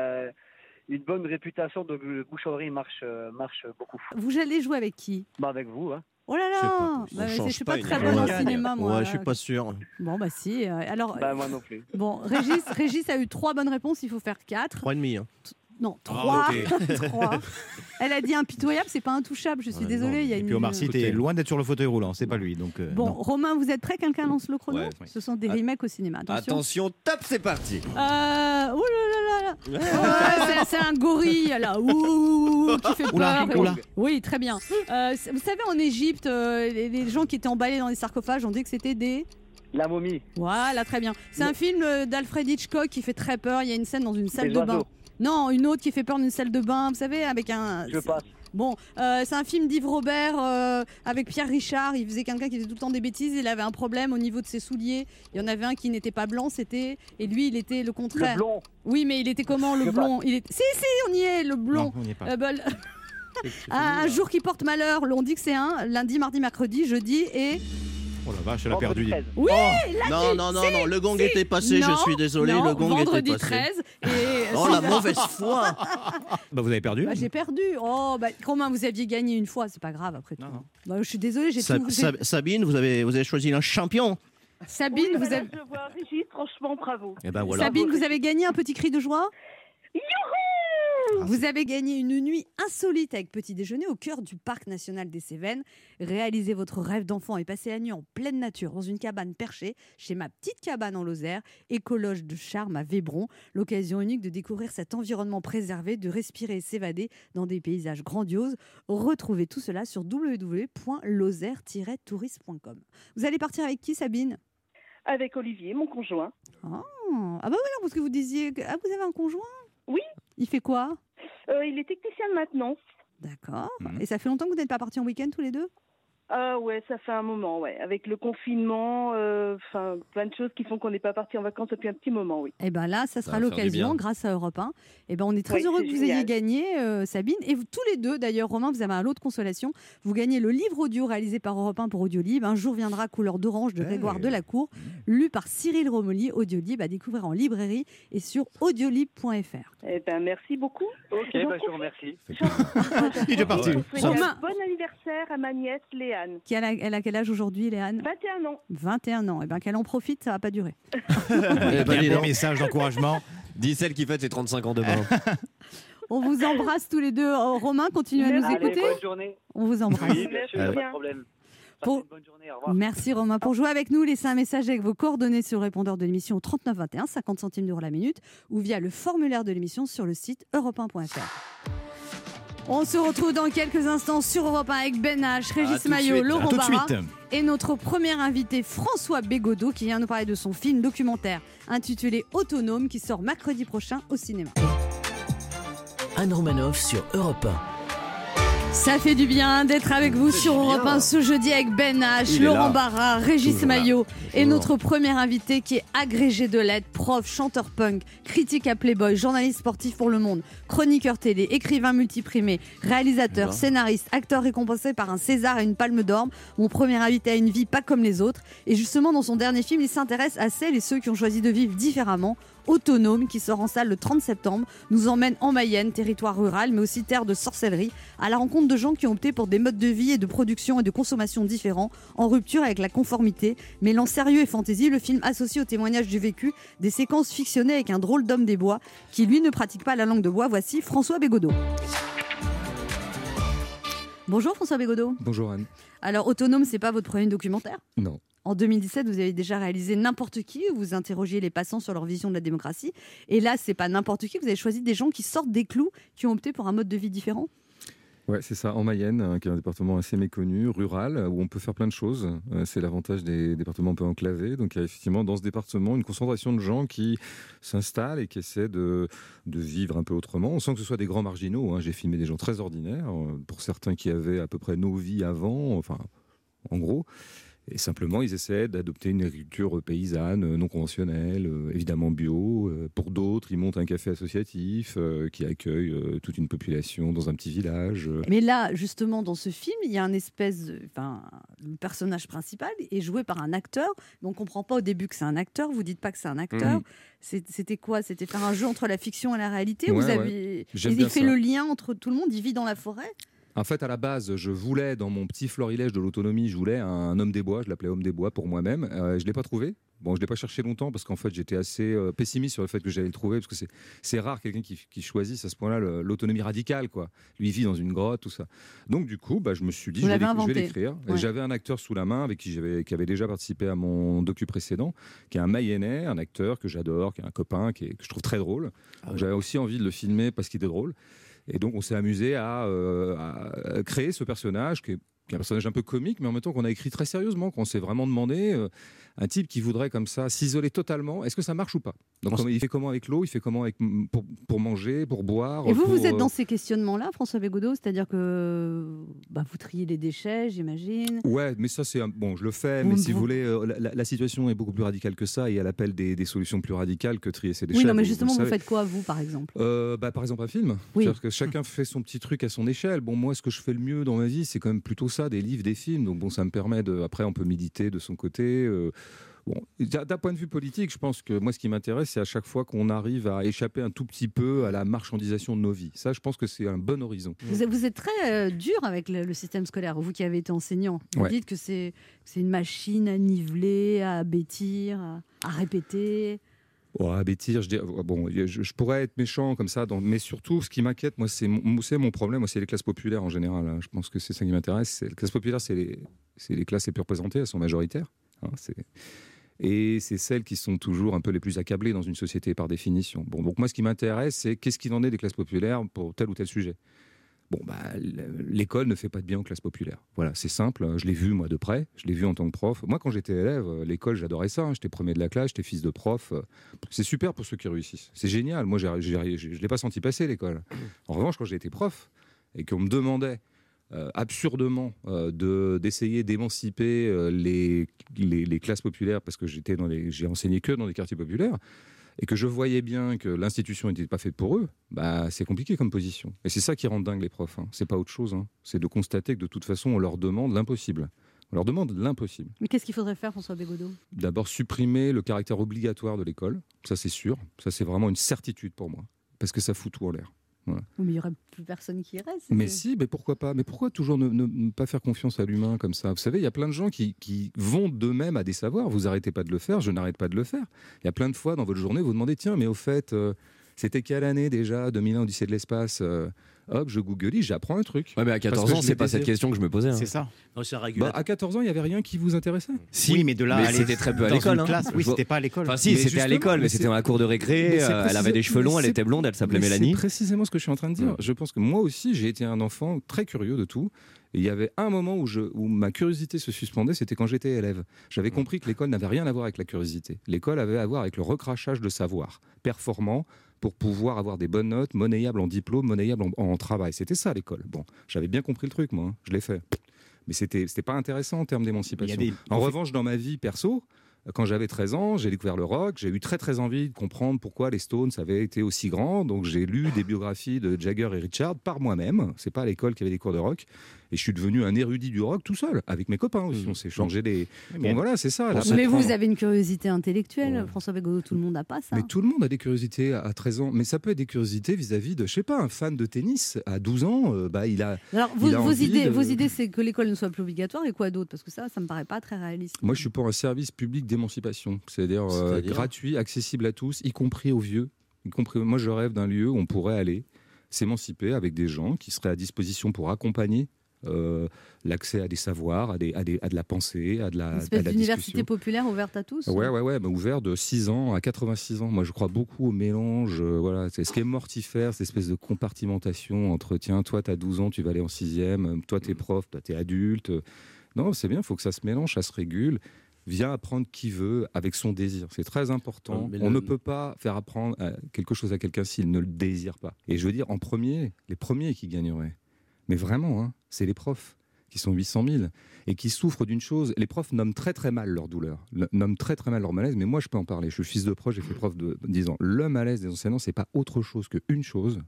réputation, donc le bouche-oreille marche beaucoup. Vous allez jouer avec qui? Bah, avec vous, hein. Oh là Je sais là, pas, bah, on change je suis pas pas une très émission. bonne en Ouais. cinéma moi. Ouais, je suis pas sûr. Bon bah si. Alors Bah, moi non plus. bon, Régis a eu 3 bonnes réponses, il faut faire 4. 3,5. Hein. Non, Ah, 3. 3. Elle a dit impitoyable, c'est pas intouchable, je suis Ouais, désolée. non. Il y a Et une... puis Omar Sy était Écoutez. loin d'être sur le fauteuil roulant, c'est pas lui. Donc, Bon, non. Romain, vous êtes prêt? Quelqu'un lance le chrono? Ouais. Ce sont des remakes au cinéma. Attention. Attention, top, c'est parti. Oh là là là. Ouais, c'est un gorille là, ouh, qui fait Oula, peur. oula. Oui, très bien. Vous savez, en Égypte, les gens qui étaient emballés dans les sarcophages ont dit que c'était des... La momie. Voilà, très bien. C'est un film d'Alfred Hitchcock qui fait très peur. Il y a une scène dans une salle Des de bain. oiseaux. Non, une autre qui fait peur dans une salle de bain, vous savez, avec un... Je passe. Bon, c'est un film d'Yves Robert avec Pierre Richard. Il faisait quelqu'un qui faisait tout le temps des bêtises. Il avait un problème au niveau de ses souliers. Il y en avait un qui n'était pas blanc, c'était... Et lui, il était le contraire. Le blond. Oui, mais il était comment, le Je blond? Il était... Si, on y est, le blond. Non, on n'y est pas. Un jour qui porte malheur, on dit que c'est un lundi, mardi, mercredi, jeudi et... Oh la vache, elle a Vendredi perdu. 13. Oui, Non, non, non, non, le gong était passé, je suis désolé, non, le gong vendredi était passé. 13 et... Oh la mauvaise foi. Bah vous avez perdu. Bah, j'ai perdu. Oh, bah, Romain, vous aviez gagné une fois, c'est pas grave après tout. Non, non. Bah, je suis désolée, j'ai tout. Sabine, vous avez choisi un champion. Sabine, Oui, vous voilà, avez... je vois Régis, franchement, bravo. Et ben voilà. Sabine, vous avez gagné un petit cri de joie. Youhou! Vous avez gagné une nuit insolite avec petit déjeuner au cœur du parc national des Cévennes. Réalisez votre rêve d'enfant et passez la nuit en pleine nature dans une cabane perchée chez ma petite cabane en Lozère, écologe de charme à Vébron. L'occasion unique de découvrir cet environnement préservé, de respirer et s'évader dans des paysages grandioses. Retrouvez tout cela sur www.lozère-tourisme.com. Vous allez partir avec qui, Sabine? Avec Olivier, mon conjoint. Ah bah voilà, parce que vous disiez que... Ah, vous avez un conjoint? Oui. Il fait quoi? Il est technicien de maintenance. D'accord. Et ça fait longtemps que vous n'êtes pas partis en week-end tous les deux? Ah ouais, ça fait un moment, ouais. Avec le confinement, enfin plein de choses qui font qu'on n'est pas parti en vacances depuis un petit moment, oui. Et bien là, ça sera va faire du l'occasion, bien. grâce à Europe 1. Et ben on est très Oui, heureux c'est que vous ayez génial. gagné, Sabine. Et vous, tous les deux, d'ailleurs, Romain, vous avez un lot de consolation. Vous gagnez le livre audio réalisé par Europe 1 pour Audiolib. Un jour viendra, couleur d'orange de Grégoire Delacour, lu par Cyril Romoli. Audiolib à découvrir en librairie et sur audiolib.fr. Eh ben merci beaucoup. Ok, J'en bah, je vous profite. remercie. Il est parti. Pour souhaiter Romain. un bon anniversaire à ma nièce Léane. Elle a quel âge aujourd'hui, Léane? 21 ans. 21 ans. Et bien qu'elle en profite, ça va pas durer. Eh ben, dis Des donc. messages d'encouragement. Dis celle qui fête ses 35 ans demain. On vous embrasse tous les deux. Romain, continuez à nous Allez, écouter. Bonne journée. On vous embrasse. Oui, bien sûr, Merci pas bien. de problème. Pour- Passez une bonne journée, au revoir. Merci Romain. Pour jouer avec nous, laissez un message avec vos coordonnées sur le répondeur de l'émission au 3921, 50 centimes d'euros la minute, ou via le formulaire de l'émission sur le site europe1.fr. On se retrouve dans quelques instants sur Europe 1 avec Ben H, Régis tout de Maillot, suite. Laurent À tout de Barra suite. et notre premier invité François Bégodeau qui vient nous parler de son film documentaire intitulé Autonome qui sort mercredi prochain au cinéma. Anne Romanoff sur Europe 1. Ça fait du bien d'être avec vous sur Europe 1 ce jeudi avec Ben H, Il est Laurent là. Barra, Régis Toujours Maillot et Toujours. notre premier invité qui est agrégé de lettres, prof, chanteur punk, critique à Playboy, journaliste sportif pour Le Monde, chroniqueur télé, écrivain multiprimé, réalisateur, scénariste, acteur récompensé par un César et une Palme d'Or. Mon premier invité a une vie pas comme les autres. Et justement, dans son dernier film, il s'intéresse à celles et ceux qui ont choisi de vivre différemment. Autonome, qui sort en salle le 30 septembre, nous emmène en Mayenne, territoire rural, mais aussi terre de sorcellerie, à la rencontre de gens qui ont opté pour des modes de vie et de production et de consommation différents, en rupture avec la conformité. Mêlant sérieux et fantaisie, le film associe au témoignage du vécu des séquences fictionnées avec un drôle d'homme des bois, qui lui ne pratique pas la langue de bois. Voici François Bégodeau. Bonjour François Bégodeau. Bonjour Anne. Alors Autonome, c'est pas votre premier documentaire ? Non. En 2017, vous avez déjà réalisé N'importe qui, où vous interrogiez les passants sur leur vision de la démocratie. Et là, c'est pas n'importe qui, vous avez choisi des gens qui sortent des clous, qui ont opté pour un mode de vie différent. Ouais, c'est ça, en Mayenne, qui est un département assez méconnu, rural, où on peut faire plein de choses. C'est l'avantage des départements un peu enclavés. Donc il y a effectivement dans ce département une concentration de gens qui s'installent et qui essaient de vivre un peu autrement. On sent que ce soit des grands marginaux. Hein. J'ai filmé des gens très ordinaires, pour certains qui avaient à peu près nos vies avant, enfin, en gros. Et simplement, ils essaient d'adopter une agriculture paysanne, non conventionnelle, évidemment bio. Pour d'autres, ils montent un café associatif qui accueille toute une population dans un petit village. Mais là, justement, dans ce film, il y a un espèce... le personnage principal est joué par un acteur. Donc, on ne comprend pas au début que c'est un acteur. Vous ne dites pas que c'est un acteur. C'était quoi ? C'était faire un jeu entre la fiction et la réalité. Ouais, vous avez... J'aime Il bien fait ça. le lien entre tout le monde. Il vit dans la forêt. En fait, à la base, je voulais, dans mon petit florilège de l'autonomie, je voulais un homme des bois, je l'appelais homme des bois pour moi-même. Je ne l'ai pas trouvé. Bon, je ne l'ai pas cherché longtemps parce qu'en fait, j'étais assez pessimiste sur le fait que j'allais le trouver, parce que c'est rare quelqu'un qui choisisse à ce point-là l'autonomie radicale, quoi. Lui, il vit dans une grotte, tout ça. Donc, du coup, je me suis dit, je vais l'écrire. Ouais. J'avais un acteur sous la main avec qui avait déjà participé à mon docu précédent, qui est un Mayennais, un acteur que j'adore, qui est un copain, que je trouve très drôle. J'avais aussi envie de le filmer parce qu'il était drôle. Et donc, on s'est amusé à créer ce personnage qui est un personnage un peu comique, mais en même temps qu'on a écrit très sérieusement, qu'on s'est vraiment demandé, un type qui voudrait comme ça s'isoler totalement, est-ce que ça marche ou pas ? Donc il fait comment avec l'eau ? Il fait comment pour manger, pour boire ? Et vous êtes dans ces questionnements-là, François Bégodeau ? C'est-à-dire que vous triez les déchets, j'imagine. Ouais, mais ça c'est bon, je le fais, mais si vous voulez, la situation est beaucoup plus radicale que ça, et elle appelle des solutions plus radicales que trier ses déchets. Oui, non, mais justement, vous faites quoi, vous, par exemple ? Par exemple, un film. Oui. C'est-à-dire que chacun fait son petit truc à son échelle. Bon, moi, ce que je fais le mieux dans ma vie, c'est quand même plutôt ça, des livres, des films. Donc bon, ça me permet après, on peut méditer de son côté. Bon, d'un point de vue politique, je pense que moi, ce qui m'intéresse, c'est à chaque fois qu'on arrive à échapper un tout petit peu à la marchandisation de nos vies. Ça, je pense que c'est un bon horizon. Vous êtes très dur avec le système scolaire, vous qui avez été enseignant. Vous dites que c'est une machine à niveler, à bêtir, à répéter. À bêtir, je pourrais être méchant comme ça, mais surtout, ce qui m'inquiète, moi, c'est mon problème, moi, c'est les classes populaires en général. Hein. Je pense que c'est ça qui m'intéresse. Les classes populaires, c'est les classes les plus représentées, elles sont majoritaires. Hein, et c'est celles qui sont toujours un peu les plus accablées dans une société par définition. Bon, donc moi, ce qui m'intéresse, c'est qu'est-ce qu'il en est des classes populaires pour tel ou tel sujet. Bon, l'école ne fait pas de bien aux classes populaires. Voilà, c'est simple. Je l'ai vu, moi, de près. Je l'ai vu en tant que prof. Moi, quand j'étais élève, l'école, j'adorais ça. Hein. J'étais premier de la classe, j'étais fils de prof. C'est super pour ceux qui réussissent. C'est génial. Moi, je ne l'ai pas senti passer, l'école. En revanche, quand j'ai été prof et qu'on me demandait absurdement d'essayer d'émanciper les classes populaires, parce que j'ai enseigné que dans des quartiers populaires, et que je voyais bien que l'institution n'était pas faite pour eux, c'est compliqué comme position. Et c'est ça qui rend dingue les profs. Hein. C'est pas autre chose. Hein. C'est de constater que de toute façon, on leur demande l'impossible. On leur demande l'impossible. Mais qu'est-ce qu'il faudrait faire, François Bégodeau ? D'abord, supprimer le caractère obligatoire de l'école. Ça, c'est sûr. Ça, c'est vraiment une certitude pour moi. Parce que ça fout tout en l'air. Voilà. Mais il n'y aurait plus personne qui irait. Mais pourquoi pas ? Mais pourquoi toujours ne pas faire confiance à l'humain comme ça ? Vous savez, il y a plein de gens qui vont d'eux-mêmes à des savoirs. Vous n'arrêtez pas de le faire, je n'arrête pas de le faire. Il y a plein de fois dans votre journée, vous demandez, tiens, mais au fait, c'était quelle année déjà, 2001, Odyssée de l'espace Hop, je googlise, j'apprends un truc. Ouais, mais à 14 ans, c'est pas cette question que je me posais. Hein. C'est ça. Non, c'est À 14 ans, il n'y avait rien qui vous intéressait. Si, oui, mais de là à c'était très peu à l'école. Hein. Oui, c'était pas à l'école. Enfin, si, c'était à l'école, mais c'était dans la cour de récré. Elle avait des cheveux longs, elle était blonde, elle s'appelait Mélanie. C'est précisément ce que je suis en train de dire. Je pense que moi aussi, j'ai été un enfant très curieux de tout. Et il y avait un moment où ma curiosité se suspendait, c'était quand j'étais élève. J'avais compris que l'école n'avait rien à voir avec la curiosité. L'école avait à voir avec le recrachage de savoir, performant, pour pouvoir avoir des bonnes notes, monnayables en diplôme, monnayables en travail. C'était ça l'école. Bon, j'avais bien compris le truc, moi, hein. Je l'ai fait. Mais c'était pas intéressant en termes d'émancipation. En revanche, dans ma vie perso, quand j'avais 13 ans, j'ai découvert le rock, j'ai eu très envie de comprendre pourquoi les Stones avaient été aussi grands, donc j'ai lu des biographies de Jagger et Richard par moi-même, c'est pas à l'école qu'il y avait des cours de rock, et je suis devenu un érudit du rock tout seul, avec mes copains aussi, on s'est changé des... Bon voilà, c'est ça. Mais vous avez une curiosité intellectuelle, François Bégodeau, tout le monde n'a pas ça. Mais tout le monde a des curiosités à 13 ans, mais ça peut être des curiosités vis-à-vis de, je sais pas, un fan de tennis à 12 ans, il a... Alors vos idées, c'est que l'école ne soit plus obligatoire, et quoi d'autre? Parce que ça me paraît pas très réaliste. Moi je suis pour un service public d'émancipation, c'est-à-dire gratuit, accessible à tous, y compris aux vieux. Moi je rêve d'un lieu où on pourrait aller s'émanciper avec des gens qui seraient à disposition pour accompagner l'accès à des savoirs, à de la pensée, à de la espèce d'université discussion. Populaire ouverte à tous. Ouais, mais ouvert de 6 ans à 86 ans. Moi, je crois beaucoup au mélange. Voilà, c'est ce qui est mortifère, cette espèce de compartimentation entre tiens, toi, tu as 12 ans, tu vas aller en 6e, toi, tu es prof, toi, tu es adulte. Non, c'est bien, il faut que ça se mélange, ça se régule. Vient apprendre qui veut avec son désir. C'est très important. On ne peut pas faire apprendre quelque chose à quelqu'un s'il ne le désire pas. Et je veux dire, en premier, les premiers qui gagneraient. Mais vraiment, hein, c'est les profs qui sont 800 000 et qui souffrent d'une chose. Les profs nomment très mal leur douleur, nomment très mal leur malaise, mais moi je peux en parler. Je suis fils de prof, j'ai fait prof de 10 ans. Le malaise des enseignants, c'est pas autre chose qu'une chose.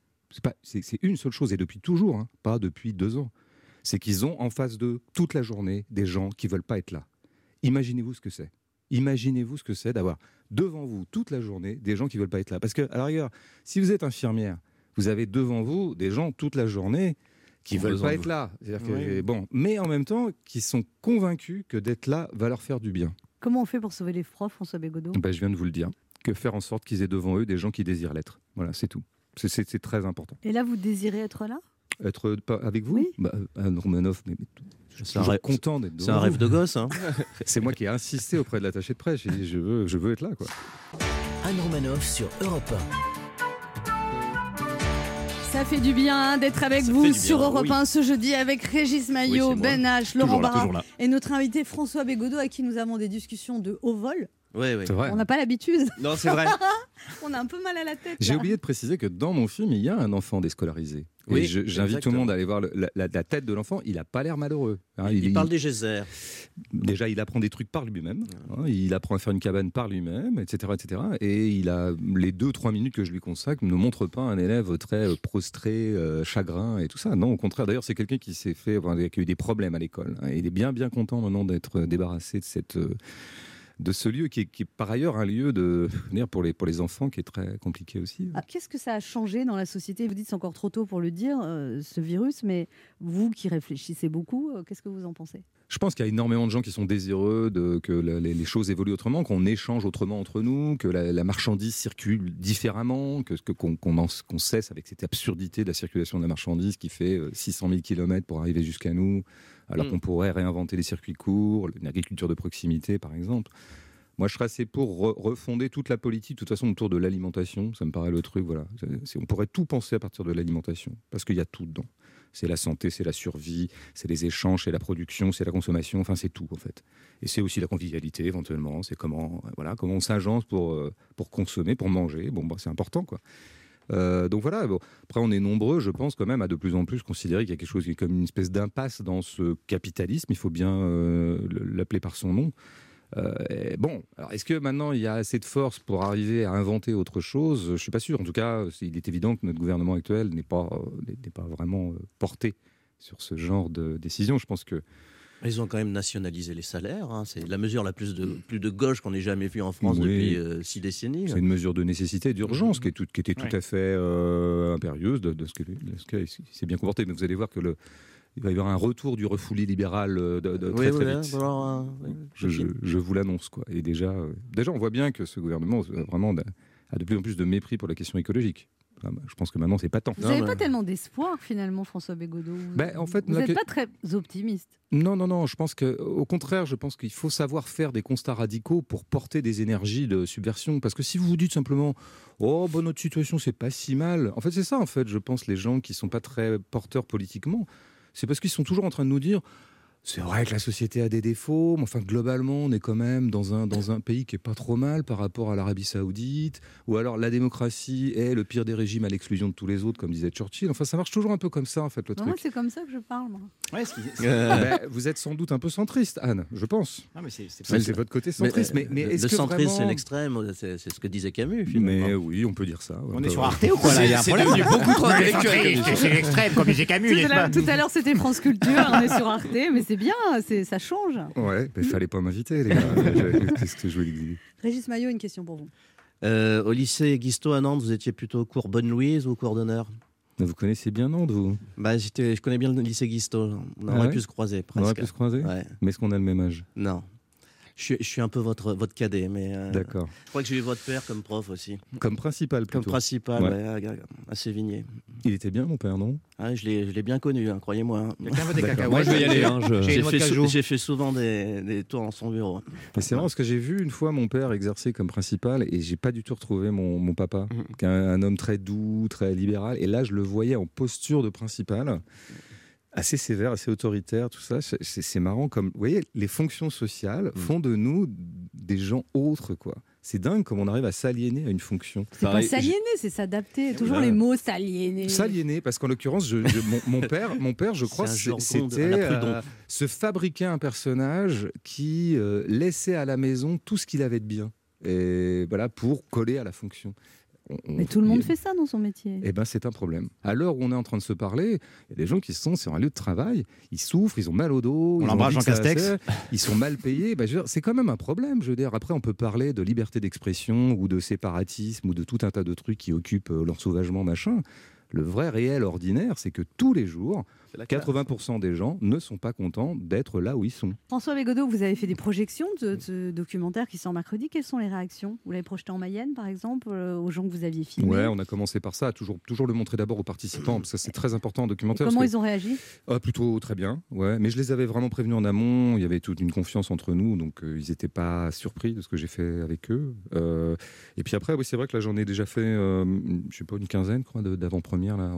C'est une seule chose, et depuis toujours, hein, pas depuis 2 ans. C'est qu'ils ont en face d'eux, toute la journée, des gens qui veulent pas être là. Imaginez-vous ce que c'est. Imaginez-vous ce que c'est d'avoir devant vous, toute la journée, des gens qui veulent pas être là. Parce que, à la rigueur, si vous êtes infirmière, vous avez devant vous des gens toute la journée qui ne veulent pas être là. C'est-à-dire que, mais en même temps, qui sont convaincus que d'être là va leur faire du bien. Comment on fait pour sauver les profs, François Bégodeau? Je viens de vous le dire. Que faire en sorte qu'ils aient devant eux des gens qui désirent l'être. Voilà, c'est tout. C'est très important. Et là, vous désirez être là? Être avec vous? Oui. Anne Romanoff, je suis toujours content d'être devant C'est un rêve de gosse. Hein. C'est moi qui ai insisté auprès de l'attaché de presse. J'ai dit, je veux être là, quoi. Anne Romanoff sur Europe 1. Ça fait du bien d'être avec vous sur Europe 1 ce jeudi avec Régis Maillot, Ben H, Laurent Barra et notre invité François Bégodeau à qui nous avons des discussions de haut vol. Oui. On n'a pas l'habitude. Non, c'est vrai. On a un peu mal à la tête. J'ai oublié de préciser que dans mon film, il y a un enfant déscolarisé. Oui, j'invite tout le monde à aller voir la tête de l'enfant. Il n'a pas l'air malheureux. Hein, il parle des geysers. Déjà, il apprend des trucs par lui-même. Hein, il apprend à faire une cabane par lui-même, etc., etc. Et il a les 2-3 minutes que je lui consacre ne montrent pas un élève très prostré, chagrin et tout ça. Non, au contraire. D'ailleurs, c'est quelqu'un qui s'est fait, qui a eu des problèmes à l'école. Hein, et il est bien content maintenant d'être débarrassé de ce lieu qui est par ailleurs un lieu pour les enfants qui est très compliqué aussi. Qu'est-ce que ça a changé dans la société? Vous dites c'est encore trop tôt pour le dire, ce virus, mais vous qui réfléchissez beaucoup, qu'est-ce que vous en pensez? Je pense qu'il y a énormément de gens qui sont désireux que les choses évoluent autrement, qu'on échange autrement entre nous, que la marchandise circule différemment, qu'on cesse avec cette absurdité de la circulation de la marchandise qui fait 600 000 km pour arriver jusqu'à nous, alors qu'on pourrait réinventer les circuits courts, une agriculture de proximité par exemple. Moi, je serais assez pour refonder toute la politique, de toute façon, autour de l'alimentation. Ça me paraît le truc, voilà. On pourrait tout penser à partir de l'alimentation, parce qu'il y a tout dedans. C'est la santé, c'est la survie, c'est les échanges, c'est la production, c'est la consommation, enfin c'est tout en fait. Et c'est aussi la convivialité éventuellement, c'est comment on s'agence pour consommer, pour manger. C'est important quoi. Donc voilà, après on est nombreux, je pense quand même à de plus en plus considérer qu'il y a quelque chose qui est comme une espèce d'impasse dans ce capitalisme, il faut bien l'appeler par son nom. Alors est-ce que maintenant il y a assez de force pour arriver à inventer autre chose? Je ne suis pas sûr. En tout cas, il est évident que notre gouvernement actuel n'est pas vraiment porté sur ce genre de décision. Je pense que ils ont quand même nationalisé les salaires. Hein. C'est la mesure la plus de gauche qu'on ait jamais vue en France depuis 6 décennies. C'est une mesure de nécessité et d'urgence qui était tout à fait impérieuse de ce qu'il s'est bien comporté. Mais vous allez voir que il va y avoir un retour du refoulis libéral très vite. Je vous l'annonce quoi. Et déjà, on voit bien que ce gouvernement vraiment a de plus en plus de mépris pour la question écologique. Je pense que maintenant c'est pas tant. Vous n'avez pas tellement d'espoir finalement, François Bégodeau. En fait, vous n'êtes pas très optimiste. Non. Je pense qu'au contraire, qu'il faut savoir faire des constats radicaux pour porter des énergies de subversion. Parce que si vous vous dites simplement, notre situation c'est pas si mal. En fait, c'est ça. En fait, je pense les gens qui sont pas très porteurs politiquement. C'est parce qu'ils sont toujours en train de nous dire C'est vrai que la société a des défauts, mais enfin globalement on est quand même dans un pays qui est pas trop mal par rapport à l'Arabie Saoudite, ou alors la démocratie est le pire des régimes à l'exclusion de tous les autres, comme disait Churchill. Enfin ça marche toujours un peu comme ça en fait le Moi, truc. c'est comme ça que je parle. Moi. Vous êtes sans doute un peu centriste, Anne, je pense. Non, mais c'est votre côté centriste. Mais est-ce le que centrisme, vraiment... c'est l'extrême, c'est ce que disait Camus. Finalement. Mais oui, on peut dire ça. On est sur Arte ou quoi là? Il y a un C'est problème. devenu beaucoup trop C'est l'extrême, comme disait Camus. n'est-ce pas Tout à l'heure, c'était France Culture, on est sur Arte, mais c'est bien, ça change. Ouais, il fallait pas m'inviter, les gars. Qu'est-ce que je voulais dire? Régis Maillot, une question pour vous. Au lycée Guisto à Nantes, vous étiez plutôt cours Bonne-Louise ou cours d'honneur? Vous connaissez bien Nantes, vous? Bah, je connais bien le lycée Guisto. On Ah aurait ouais pu se croiser presque. On aurait pu se croiser. Ouais. Mais est-ce qu'on a le même âge? Non. Je suis un peu votre cadet, mais D'accord. je crois que j'ai eu votre père comme prof aussi. Comme principal, plutôt. Comme principal, Ouais. à Sévigné. Il était bien, mon père, non? Ah, je l'ai bien connu, hein, croyez-moi. Il y a qu'un peu des D'accord. cacahuètes. Moi, je vais y aller. Hein, J'ai fait souvent des tours dans son bureau. Mais c'est marrant parce que j'ai vu une fois mon père exercer comme principal et j'ai pas du tout retrouvé mon papa, qui est un homme très doux, très libéral. Et là, je le voyais en posture de principal, assez sévère, assez autoritaire, tout ça. C'est marrant comme, vous voyez, les fonctions sociales font de nous des gens autres, quoi. C'est dingue comme on arrive à s'aliéner à une fonction. C'est pas s'aliéner, c'est s'adapter. Toujours les mots s'aliéner. S'aliéner, parce qu'en l'occurrence, mon père, je crois, C'est un jargon c'était à la Prud'homme. se fabriquer un personnage qui laissait à la maison tout ce qu'il avait de bien. Et voilà, pour coller à la fonction. Mais tout le monde fait ça dans son métier. Eh ben, c'est un problème. À l'heure où on est en train de se parler, il y a des gens qui sont sur un lieu de travail, ils souffrent, ils ont mal au dos, On l'embrasse, Jean Castex. ils sont mal payés. Ben, je veux dire, c'est quand même un problème. Je veux dire, après, on peut parler de liberté d'expression ou de séparatisme ou de tout un tas de trucs qui occupent l'ensauvagement, machin. Le vrai réel ordinaire, c'est que tous les jours, 80% des gens ne sont pas contents d'être là où ils sont. François Bégodeau, vous avez fait des projections de ce documentaire qui sort mercredi. Quelles sont les réactions? Vous l'avez projeté en Mayenne, par exemple, aux gens que vous aviez filmés? Ouais, on a commencé par ça, toujours le montrer d'abord aux participants, parce que c'est très important en documentaire. Comment ils ont réagi? Plutôt très bien, ouais. Mais je les avais vraiment prévenus en amont, il y avait toute une confiance entre nous, donc ils n'étaient pas surpris de ce que j'ai fait avec eux. Et puis après, oui, c'est vrai que là j'en ai déjà fait, je sais pas, une quinzaine d'avant-première là.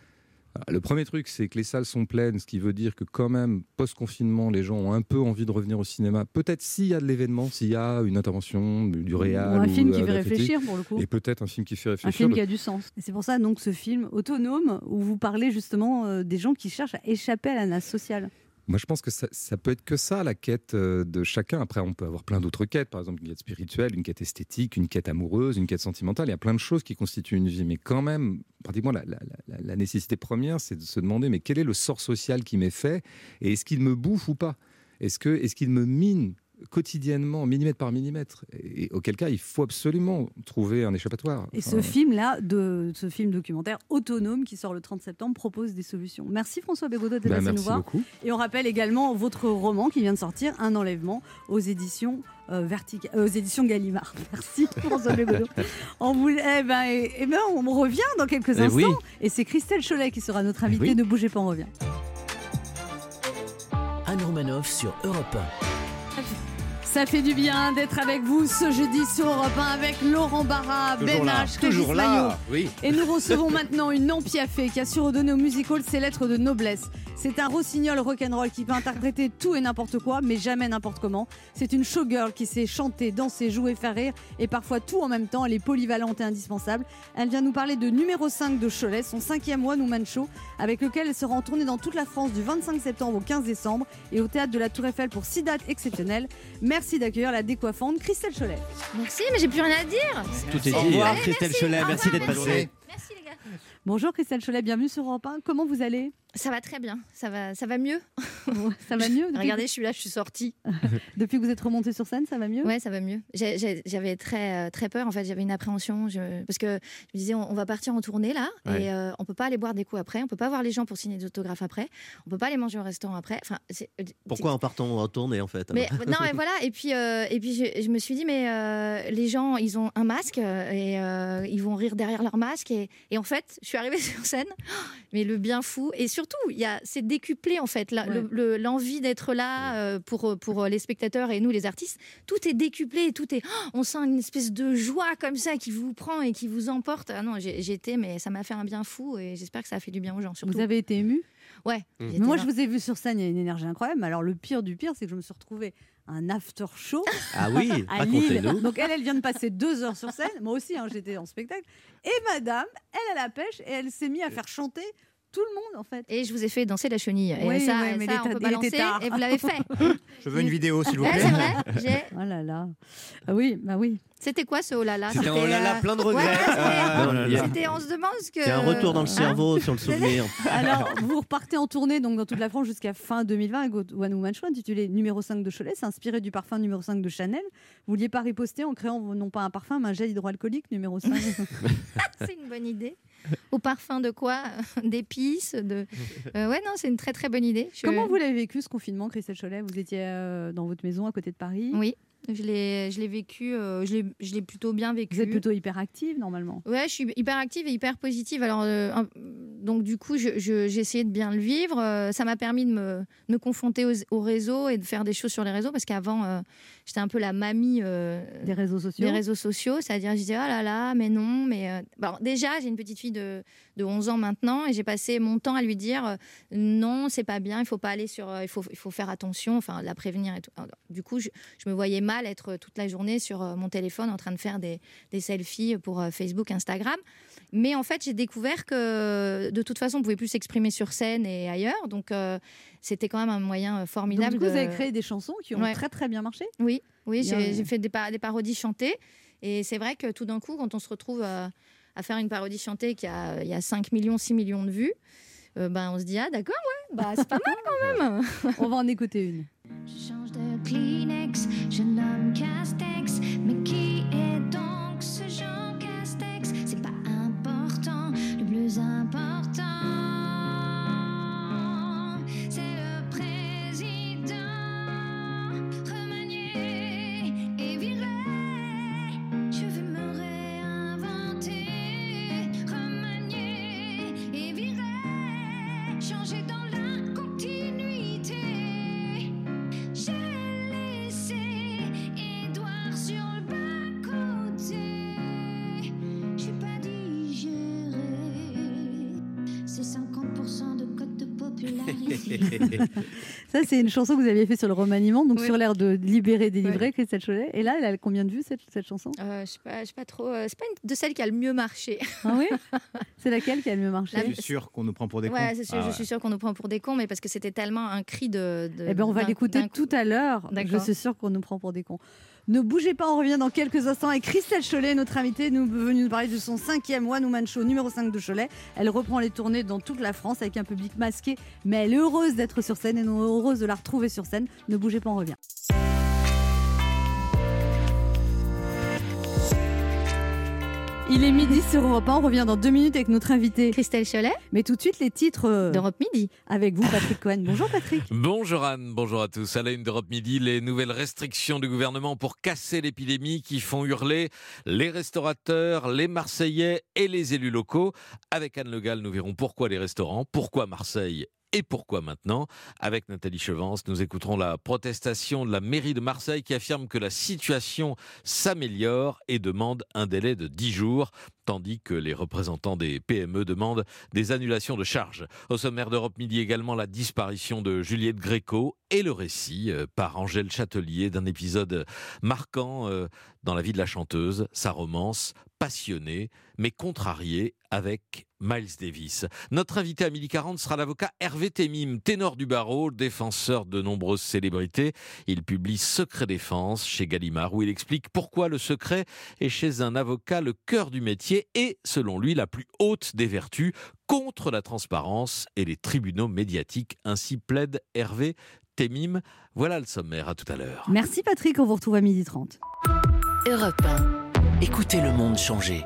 Le premier truc, c'est que les salles sont pleines, ce qui veut dire que quand même, post-confinement, les gens ont un peu envie de revenir au cinéma. Peut-être s'il y a de l'événement, s'il y a une intervention du réal. Ou un film qui d'un fait critique, réfléchir, pour le coup. Et peut-être un film qui fait réfléchir. Un film qui a du sens. Et c'est pour ça, donc, ce film autonome, où vous parlez justement des gens qui cherchent à échapper à la nasse sociale. Moi, je pense que ça peut être que ça, la quête de chacun. Après, on peut avoir plein d'autres quêtes, par exemple une quête spirituelle, une quête esthétique, une quête amoureuse, une quête sentimentale. Il y a plein de choses qui constituent une vie. Mais quand même, pratiquement, la nécessité première, c'est de se demander, mais quel est le sort social qui m'est fait? Et est-ce qu'il me bouffe ou pas? Est-ce qu'il me mine quotidiennement, millimètre par millimètre? Et auquel cas, il faut absolument trouver un échappatoire. Et ce film-là, ce film documentaire autonome qui sort le 30 septembre, propose des solutions. Merci François Bégodeau d'être passé nous voir. Beaucoup. Et on rappelle également votre roman qui vient de sortir, Un enlèvement, aux éditions aux éditions Gallimard. Merci François Bégodeau. On revient dans quelques instants. Oui. Et c'est Christelle Cholet qui sera notre invitée. Ne bougez pas, on revient. Anne Romanoff sur Europe 1. Ça fait du bien d'être avec vous ce jeudi sur Europe 1 avec Laurent Barra, Ben H, Régis Maillot. Oui. Et nous recevons maintenant une non-piaffée qui a su redonner au musical ses lettres de noblesse. C'est un rossignol rock'n'roll qui peut interpréter tout et n'importe quoi, mais jamais n'importe comment. C'est une showgirl qui sait chanter, danser, jouer, faire rire et parfois tout en même temps. Elle est polyvalente et indispensable. Elle vient nous parler de numéro 5 de Cholet, son 5e One Woman Show, avec lequel elle sera en tournée dans toute la France du 25 septembre au 15 décembre et au Théâtre de la Tour Eiffel pour 6 dates exceptionnelles. Merci d'accueillir la décoiffante Christelle Cholet. Merci, mais j'ai plus rien à dire. Tout est dit. Au revoir, Allez, Christelle merci. Cholet, merci d'être passée. Merci les gars. Bonjour Christelle Cholet, bienvenue sur Europe 1. Comment vous allez? Ça va très bien, ça va mieux. Ça va mieux? Regardez, je suis là, je suis sortie. Depuis que vous êtes remontée sur scène, ça va mieux? Ouais, ça va mieux. J'avais très peur, en fait, j'avais une appréhension. Parce que je me disais, on va partir en tournée là, Ouais. et on peut pas aller boire des coups après, on peut pas voir les gens pour signer des autographes après, on peut pas aller manger au restaurant après. Enfin, Pourquoi en partons en tournée en fait? Mais alors non, mais voilà. Et puis je me suis dit, mais les gens, ils ont un masque et ils vont rire derrière leur masque. Et en fait, je suis arrivée sur scène, mais le bien fou. Et surtout, c'est décuplé en fait. L'envie d'être là pour les spectateurs et nous, les artistes, tout est décuplé. Et on sent une espèce de joie comme ça qui vous prend et qui vous emporte. Ah non, j'ai été, mais ça m'a fait un bien fou et j'espère que ça a fait du bien aux gens. Surtout. Vous avez été ému ? Ouais. Moi, je vous ai vu sur scène, il y a une énergie incroyable. Mais alors, le pire du pire, c'est que je me suis retrouvée un after show à Lille. Donc, elle vient de passer 2 heures sur scène. Moi aussi, j'étais en spectacle. Et madame, elle a la pêche et elle s'est mise à faire chanter tout le monde, en fait. Et je vous ai fait danser la chenille. Oui, et ça, mais on peut balancer. Et vous l'avez fait. Je veux une vidéo, s'il vous plaît. C'est vrai. Oh là là. Ah oui, bah oui. C'était quoi ce oh là là? C'était un oh là là plein de regrets. On se demande ce que. C'est un retour dans le cerveau sur le souvenir. Alors, vous repartez en tournée donc, dans toute la France jusqu'à fin 2020 avec One Woman Show intitulé Numéro 5 de Cholet. C'est inspiré du parfum numéro 5 de Chanel. Vous vouliez pas riposter en créant non pas un parfum, mais un gel hydroalcoolique numéro 5. C'est une bonne idée. Au parfum de quoi? D'épices Ouais, non, c'est une très très bonne idée. Comment vous l'avez vécu ce confinement, Christelle Cholet? Vous étiez dans votre maison à côté de Paris? Oui. Je l'ai vécu, je l'ai plutôt bien vécu. Vous êtes plutôt hyper active normalement. Ouais, je suis hyper active et hyper positive. Alors, donc du coup, j'ai essayé de bien le vivre. Ça m'a permis de me confronter au réseau et de faire des choses sur les réseaux parce qu'avant, j'étais un peu la mamie des réseaux sociaux. C'est-à-dire, je disais oh là là, mais non, mais bon, déjà, j'ai une petite fille de 11 ans maintenant et j'ai passé mon temps à lui dire non, c'est pas bien, il faut pas aller il faut faire attention, enfin la prévenir et tout. Alors, du coup, je me voyais mal être toute la journée sur mon téléphone en train de faire des selfies pour Facebook, Instagram. Mais en fait, j'ai découvert que de toute façon, on pouvait plus s'exprimer sur scène et ailleurs. Donc, c'était quand même un moyen formidable. Donc, du coup, vous avez créé des chansons qui ont très très bien marché. Oui, j'ai fait des parodies chantées. Et c'est vrai que tout d'un coup, quand on se retrouve à faire une parodie chantée qui a 5 millions, 6 millions de vues, on se dit ah d'accord, ouais, c'est pas mal quand même. On va en écouter une. Je change de Kleenex, je nomme Castex. Mais qui est donc ce Jean Castex? C'est pas important, le plus important, c'est le président. Remanié et viré, je vais me réinventer. Remanié et viré, changer dans la continuité. J'ai laissé Édouard sur le bas-côté. Je suis pas digéré. C'est 50% de cote de popularité. Ça, c'est une chanson que vous aviez fait sur le remaniement, donc sur l'air de libérer, délivrer, Christelle Cholet. Et là, elle a combien de vues cette chanson? Je sais pas trop. C'est pas une de celles qui a le mieux marché. Ah oui? C'est laquelle qui a le mieux marché? Je suis sûr qu'on nous prend pour des cons. Ouais, c'est sûr, je suis sûre qu'on nous prend pour des cons, mais parce que c'était tellement un cri de Eh ben, on va l'écouter tout à l'heure. Je suis sûre qu'on nous prend pour des cons. Ne bougez pas, on revient dans quelques instants avec Christelle Cholet, notre invitée, venue nous parler de son 5e One Woman Show numéro 5 de Cholet. Elle reprend les tournées dans toute la France avec un public masqué, mais elle est heureuse d'être sur scène et nous sommes heureuses de la retrouver sur scène. Ne bougez pas, on revient. Il est midi sur Europe 1, on revient dans 2 minutes avec notre invitée Christelle Cholet. Mais tout de suite les titres d'Europe Midi. Avec vous Patrick Cohen. Bonjour Patrick. Bonjour Anne, bonjour à tous. À la une d'Europe Midi, les nouvelles restrictions du gouvernement pour casser l'épidémie qui font hurler les restaurateurs, les Marseillais et les élus locaux. Avec Anne Le Gall, nous verrons pourquoi les restaurants, pourquoi Marseille et pourquoi maintenant. Avec Nathalie Chevance, nous écouterons la protestation de la mairie de Marseille qui affirme que la situation s'améliore et demande un délai de 10 jours, tandis que les représentants des PME demandent des annulations de charges. Au sommaire d'Europe Midi également, la disparition de Juliette Gréco et le récit par Angèle Châtelier d'un épisode marquant dans la vie de la chanteuse, sa romance passionnée mais contrariée avec Miles Davis. Notre invité à 12h40 sera l'avocat Hervé Temim, ténor du barreau, défenseur de nombreuses célébrités. Il publie Secret Défense chez Gallimard où il explique pourquoi le secret est chez un avocat le cœur du métier et, selon lui, la plus haute des vertus contre la transparence et les tribunaux médiatiques. Ainsi plaide Hervé Temim. Voilà le sommaire, à tout à l'heure. Merci Patrick, on vous retrouve à 12h30. Europe 1. Écoutez le monde changer.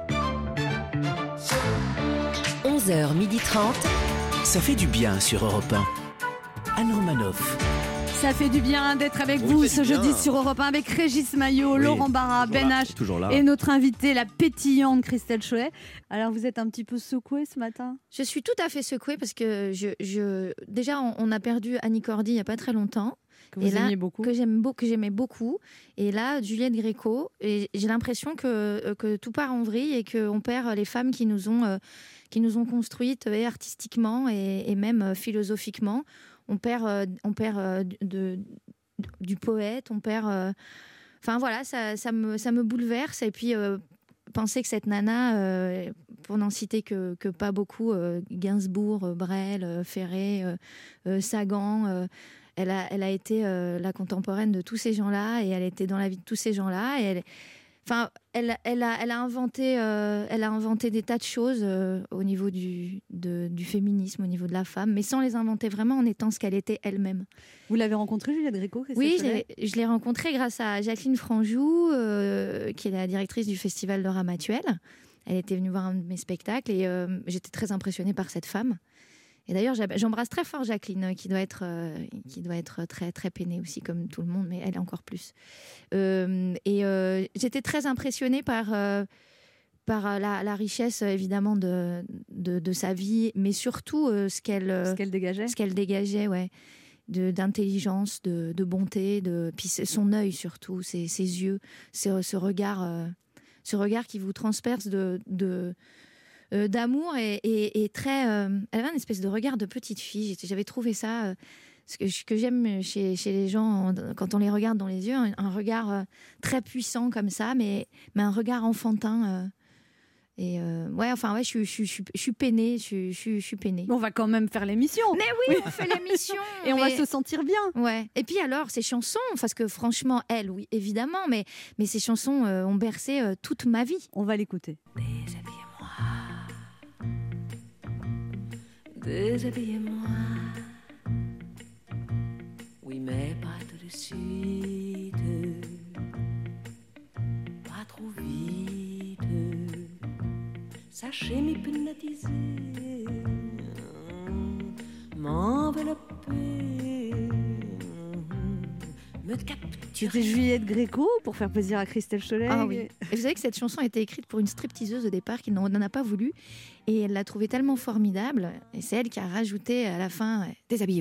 11h30. Ça fait du bien sur Europe 1. Anne Romanoff. Ça fait du bien d'être avec On vous fait ce du bien. jeudi sur Europe 1 avec Régis Maillot, Oui, Laurent Barra, toujours Ben là, H toujours là. et notre invitée, la pétillante Christelle Cholet. Alors vous êtes un petit peu secouée ce matin? Je suis tout à fait secouée parce que déjà on a perdu Annie Cordy il n'y a pas très longtemps. Que vous aimiez beaucoup. Que j'aimais beaucoup. Et là, Juliette Gréco, et j'ai l'impression que tout part en vrille et qu'on perd les femmes qui nous ont construites et artistiquement et même philosophiquement. On perd du poète, on perd... Enfin voilà, ça me bouleverse. Et puis penser que cette nana, pour n'en citer que pas beaucoup, Gainsbourg, Brel, Ferré, Sagan... Elle a été la contemporaine de tous ces gens-là et elle était dans la vie de tous ces gens-là. Et elle a inventé des tas de choses au niveau du féminisme, au niveau de la femme, mais sans les inventer vraiment en étant ce qu'elle était elle-même. Vous l'avez rencontrée, Juliette Gréco? Oui, je l'ai rencontrée grâce à Jacqueline Franjou, qui est la directrice du festival de Ramatuelle. Elle était venue voir un de mes spectacles et j'étais très impressionnée par cette femme. Et d'ailleurs, j'embrasse très fort Jacqueline, qui doit être très, très peinée aussi, comme tout le monde, mais elle est encore plus. J'étais très impressionnée par la richesse, évidemment, de sa vie, mais surtout ce qu'elle dégageait, ouais. D'intelligence, de bonté, puis son œil surtout, ses yeux, ce regard qui vous transperce d'amour et très... elle avait une espèce de regard de petite fille. J'avais trouvé ça, ce que j'aime chez les gens, quand on les regarde dans les yeux, un regard très puissant comme ça, mais un regard enfantin. Je suis peinée. Je suis peinée. On va quand même faire l'émission. Mais oui, on fait l'émission. Et on va se sentir bien. Ouais. Et puis alors, ces chansons, parce que franchement, elle, oui, évidemment, mais ces chansons ont bercé toute ma vie. On va l'écouter. Déshabillez-moi. Oui, mais pas tout de suite. Pas trop vite. Sachez m'hypnotiser. M'envelopper. Me capturer. C'était Juliette Gréco pour faire plaisir à Christelle Cholet. Ah oui. Et vous savez que cette chanson a été écrite pour une stripteaseuse au départ qui n'en a pas voulu. Et elle l'a trouvée tellement formidable. Et c'est elle qui a rajouté à la fin « Déshabillez-vous ».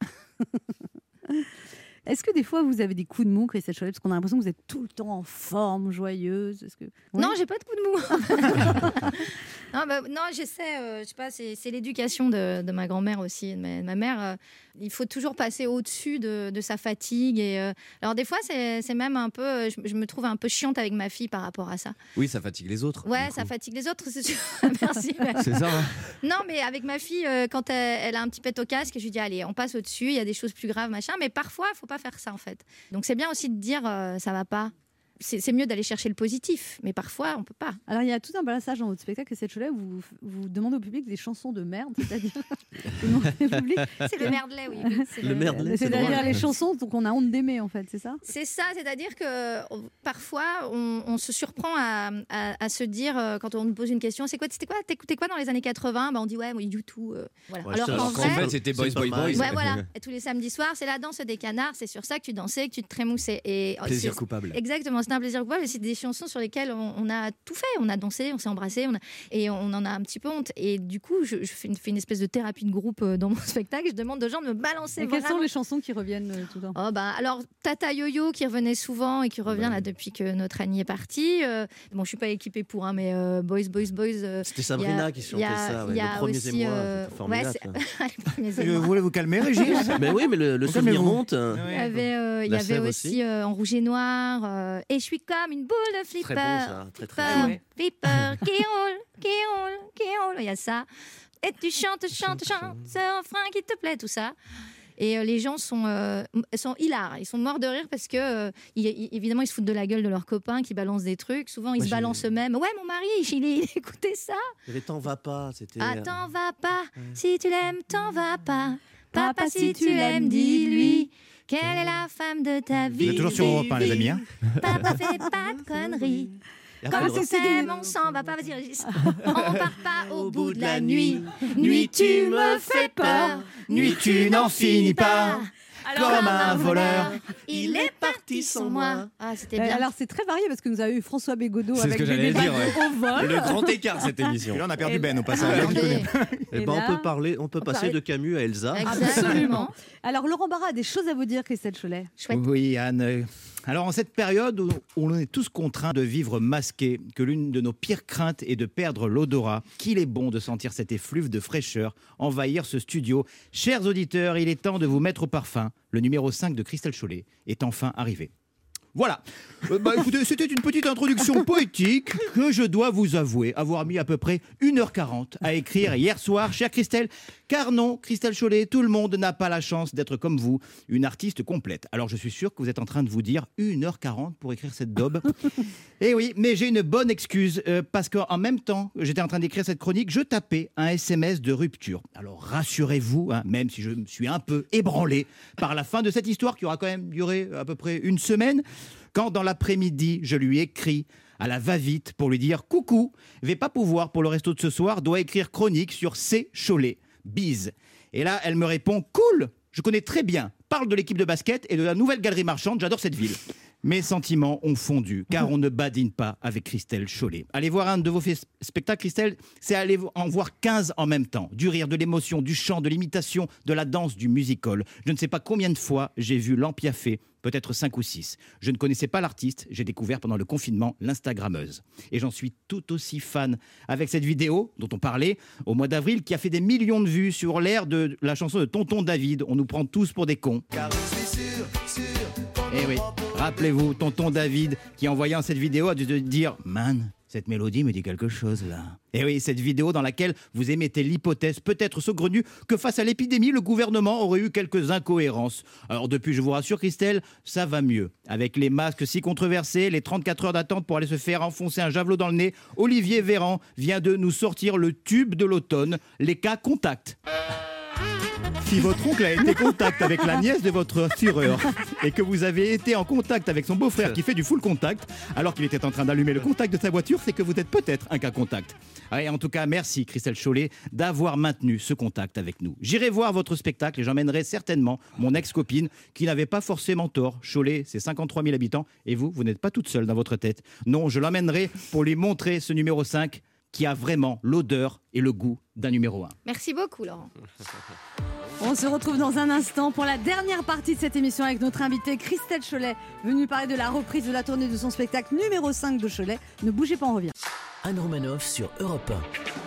Est-ce que des fois vous avez des coups de mou, Christelle Cholet, parce qu'on a l'impression que vous êtes tout le temps en forme, joyeuse? Non, j'ai pas de coups de mou. non, j'essaie. Je sais pas. C'est l'éducation de ma grand-mère aussi, de ma mère. Il faut toujours passer au-dessus de sa fatigue. Et alors des fois, c'est même un peu. Je me trouve un peu chiante avec ma fille par rapport à ça. Oui, ça fatigue les autres. Ouais, ça fatigue les autres, c'est sûr. Merci. C'est ça. Hein. Non, mais avec ma fille, quand elle a un petit pet au casque, je lui dis allez, on passe au-dessus. Il y a des choses plus graves, machin. Mais parfois, il faut pas faire ça en fait. Donc c'est bien aussi de dire ça va pas. C'est mieux d'aller chercher le positif, mais parfois on peut pas. Alors il y a tout un passage dans votre spectacle, Christelle Cholet, où vous demandez au public des chansons de merde, c'est-à-dire c'est le merdelet, oui. C'est-à-dire les chansons qu'on a honte d'aimer en fait, c'est ça? C'est ça, c'est-à-dire que parfois on se surprend à se dire quand on nous pose une question, t'écoutais quoi dans les années 80? On dit ouais, moi YouTube. Voilà. Ouais, alors qu'en fait c'était Boys. Ouais, voilà. Et tous les samedis soirs, c'est la danse des canards, c'est sur ça que tu dansais, que tu te trémoussais. Et plaisir coupable. Exactement. C'est un plaisir coupable, c'est des chansons sur lesquelles on a tout fait, on a dansé, on s'est embrassé, et on en a un petit peu honte. Et du coup, je fais une espèce de thérapie de groupe dans mon spectacle. Je demande aux gens de me balancer. Et quelles sont les chansons qui reviennent tout le temps? Alors Tata Yo-Yo qui revenait souvent et qui revient là depuis que notre Annie est partie. Bon, je suis pas équipée pour, mais Boys. C'était Sabrina qui chantait ça. Il y a le premier aussi. formidable. Vous voulez vous calmer, Régis? Mais oui, mais le souvenir monte. Il y avait aussi En rouge et noir. Et je suis comme une boule de flipper. Très bon, ça. Très, Flipper qui roule. Il y a ça. Et tu chantes, ce refrain qui te plaît, tout ça. Et les gens sont hilars. Ils sont morts de rire parce que, évidemment, ils se foutent de la gueule de leurs copains qui balancent des trucs. Souvent, ils se balancent eux-mêmes. Ouais, mon mari, il écoutait ça. Il y avait T'en va pas. T'en va pas. Si tu l'aimes, t'en va pas. Papa, si tu l'aimes, dis-lui. Quelle est la femme de ta vie? Vous êtes toujours sur Europe 1, les amis. Hein. Papa, fais pas de conneries. Quand on s'aime, on s'en va pas. Vas-y, Régis. On part pas au bout de la nuit. Nuit, tu me fais peur. Nuit, tu n'en finis pas. Alors, un voleur. il est parti sans moi. Ah, c'était bien. Alors c'est très varié parce que nous avons eu François Bégodeau C'est ce avec que des j'allais débats dire, ouais. au vol. Le grand écart, cette émission. Et là, on a perdu Ben au passage. Attendez. Eh Et ben, là, on peut passer de Camus à Elsa. Absolument. Alors Laurent Barra a des choses à vous dire, Christelle Cholet. Oui, Anne. Alors, en cette période où on est tous contraints de vivre masqués, que l'une de nos pires craintes est de perdre l'odorat, qu'il est bon de sentir cet effluve de fraîcheur envahir ce studio. Chers auditeurs, il est temps de vous mettre au parfum. Le numéro 5 de Christelle Cholet est enfin arrivé. Voilà. Écoutez, c'était une petite introduction poétique que je dois vous avouer avoir mis à peu près 1h40 à écrire hier soir, chère Christelle. Car non, Christelle Cholet, tout le monde n'a pas la chance d'être comme vous, une artiste complète. Alors je suis sûr que vous êtes en train de vous dire 1h40 pour écrire cette daube. Eh oui, mais j'ai une bonne excuse, parce qu'en même temps que j'étais en train d'écrire cette chronique, je tapais un SMS de rupture. Alors rassurez-vous, hein, même si je me suis un peu ébranlé par la fin de cette histoire qui aura quand même duré à peu près une semaine, quand dans l'après-midi, je lui écris à la va-vite pour lui dire « Coucou, vais pas pouvoir pour le resto de ce soir, dois écrire chronique sur C. Cholet. Bise. » Et là, elle me répond « Cool, je connais très bien, parle de l'équipe de basket et de la nouvelle galerie marchande, j'adore cette ville. » Mes sentiments ont fondu, car on ne badine pas avec Christelle Cholet. Allez voir un de vos spectacles, Christelle, c'est aller en voir 15 en même temps. Du rire, de l'émotion, du chant, de l'imitation, de la danse, du musical. Je ne sais pas combien de fois j'ai vu l'Ampiafé, peut-être 5 ou 6. Je ne connaissais pas l'artiste, j'ai découvert pendant le confinement l'Instagrammeuse. Et j'en suis tout aussi fan avec cette vidéo dont on parlait au mois d'avril, qui a fait des millions de vues sur l'air de la chanson de Tonton David. On nous prend tous pour des cons. Car je suis sûr. Eh oui, rappelez-vous, Tonton David qui, en voyant cette vidéo, a dû dire « Man, cette mélodie me dit quelque chose là ». Et oui, cette vidéo dans laquelle vous émettez l'hypothèse, peut-être saugrenue, que face à l'épidémie, le gouvernement aurait eu quelques incohérences. Alors depuis, je vous rassure Christelle, ça va mieux. Avec les masques si controversés, les 34 heures d'attente pour aller se faire enfoncer un javelot dans le nez, Olivier Véran vient de nous sortir le tube de l'automne, les cas contacts. Si votre oncle a été en contact avec la nièce de votre Führer et que vous avez été en contact avec son beau-frère qui fait du full contact alors qu'il était en train d'allumer le contact de sa voiture, c'est que vous êtes peut-être un cas contact. Et en tout cas, merci Christelle Cholet d'avoir maintenu ce contact avec nous. J'irai voir votre spectacle et j'emmènerai certainement mon ex-copine qui n'avait pas forcément tort. Cholet, c'est 53 000 habitants et vous n'êtes pas toute seule dans votre tête. Non, je l'emmènerai pour lui montrer ce numéro 5 qui a vraiment l'odeur et le goût d'un numéro 1. Merci beaucoup, Laurent. On se retrouve dans un instant pour la dernière partie de cette émission avec notre invitée Christelle Cholet, venue parler de la reprise de la tournée de son spectacle numéro 5 de Cholet. Ne bougez pas, on revient. Anne Romanoff sur Europe 1.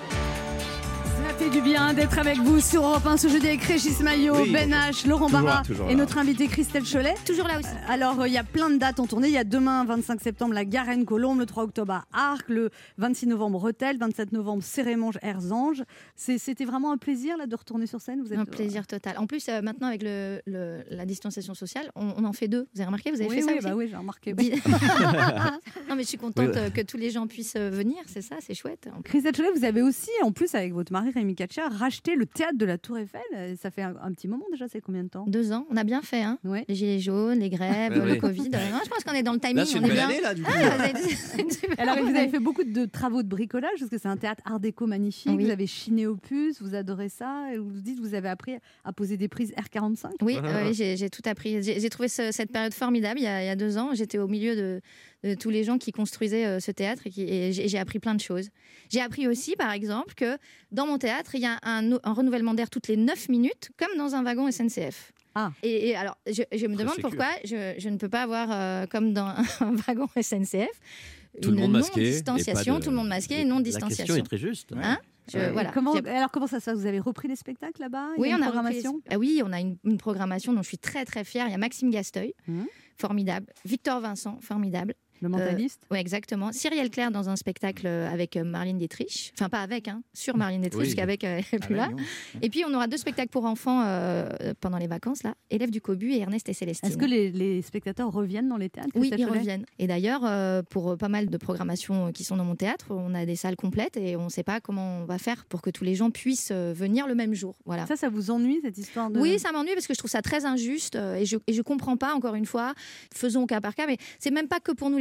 Ça fait du bien d'être avec vous sur Europe 1 ce jeudi avec Régis Maillot, Oui. Ben H, Laurent Toujours Barra là, toujours et là. notre invitée Christelle Cholet. Toujours là aussi. Alors, il y a plein de dates en tournée. Il y a demain, 25 septembre, la Garenne-Colombe, le 3 octobre à Arques, le 26 novembre, Rethel, 27 novembre, Cérémange-Erzange. C'était vraiment un plaisir là, de retourner sur scène. Vous êtes... Un plaisir total. En plus, maintenant, avec la distanciation sociale, on en fait 2. Vous avez remarqué? Vous avez fait ça aussi? Oui, j'ai remarqué. Non, mais je suis contente que tous les gens puissent venir. C'est ça, c'est chouette. Christelle Cholet, vous avez aussi, en plus, avec votre mari Rémi Katcher, racheté le théâtre de la Tour Eiffel. Ça fait un petit moment déjà, c'est combien de temps? 2 ans. On a bien fait, hein. Les gilets jaunes, les grèves, Ouais, le ouais. Covid. Non, je pense qu'on est dans le timing. Là, c'est une on est belle bien. année, là, du coup. Vous avez une super Alors, vous année. avez fait beaucoup de travaux de bricolage, parce que c'est un théâtre art déco magnifique. Oui. Vous avez chiné au puce, vous adorez ça. Et vous dites que vous avez appris à poser des prises R45. Oui, j'ai tout appris. J'ai trouvé cette période formidable il y a 2 ans. J'étais au milieu de tous les gens qui construisaient ce théâtre et j'ai appris plein de choses. J'ai appris aussi, par exemple, que dans mon théâtre, il y a un renouvellement d'air toutes les 9 minutes, comme dans un wagon SNCF. Et alors, je me demande sécure. pourquoi je ne peux pas avoir, comme dans un wagon SNCF, Tout le une monde masqué et non-distanciation, pas de- tout le monde masqué et non-distanciation. question est très juste. Hein voilà. Alors, comment ça se passe? Vous avez repris les spectacles là-bas? Il Oui, y a on une a programmation repris- Ah oui, on a une programmation dont je suis très très fière. Il y a Maxime Gasteuil, formidable. Victor Vincent, formidable. Le mentaliste. Oui, exactement. Cyrielle Claire dans un spectacle avec Marlène Dietrich. Enfin, pas avec, hein, sur Marlène Dietrich, Oui. parce qu'avec, elle n'est plus là. Et puis, on aura 2 spectacles pour enfants pendant les vacances, là. Élèves du Cobu et Ernest et Célestine. Est-ce que les spectateurs reviennent dans les théâtres? Oui, Christelle ils Cholet reviennent. Et d'ailleurs, pour pas mal de programmations qui sont dans mon théâtre, on a des salles complètes et on ne sait pas comment on va faire pour que tous les gens puissent venir le même jour. Voilà. Ça vous ennuie, cette histoire de... Oui, ça m'ennuie parce que je trouve ça très injuste et je comprends pas, encore une fois. Faisons au cas par cas, mais c'est même pas que pour nous les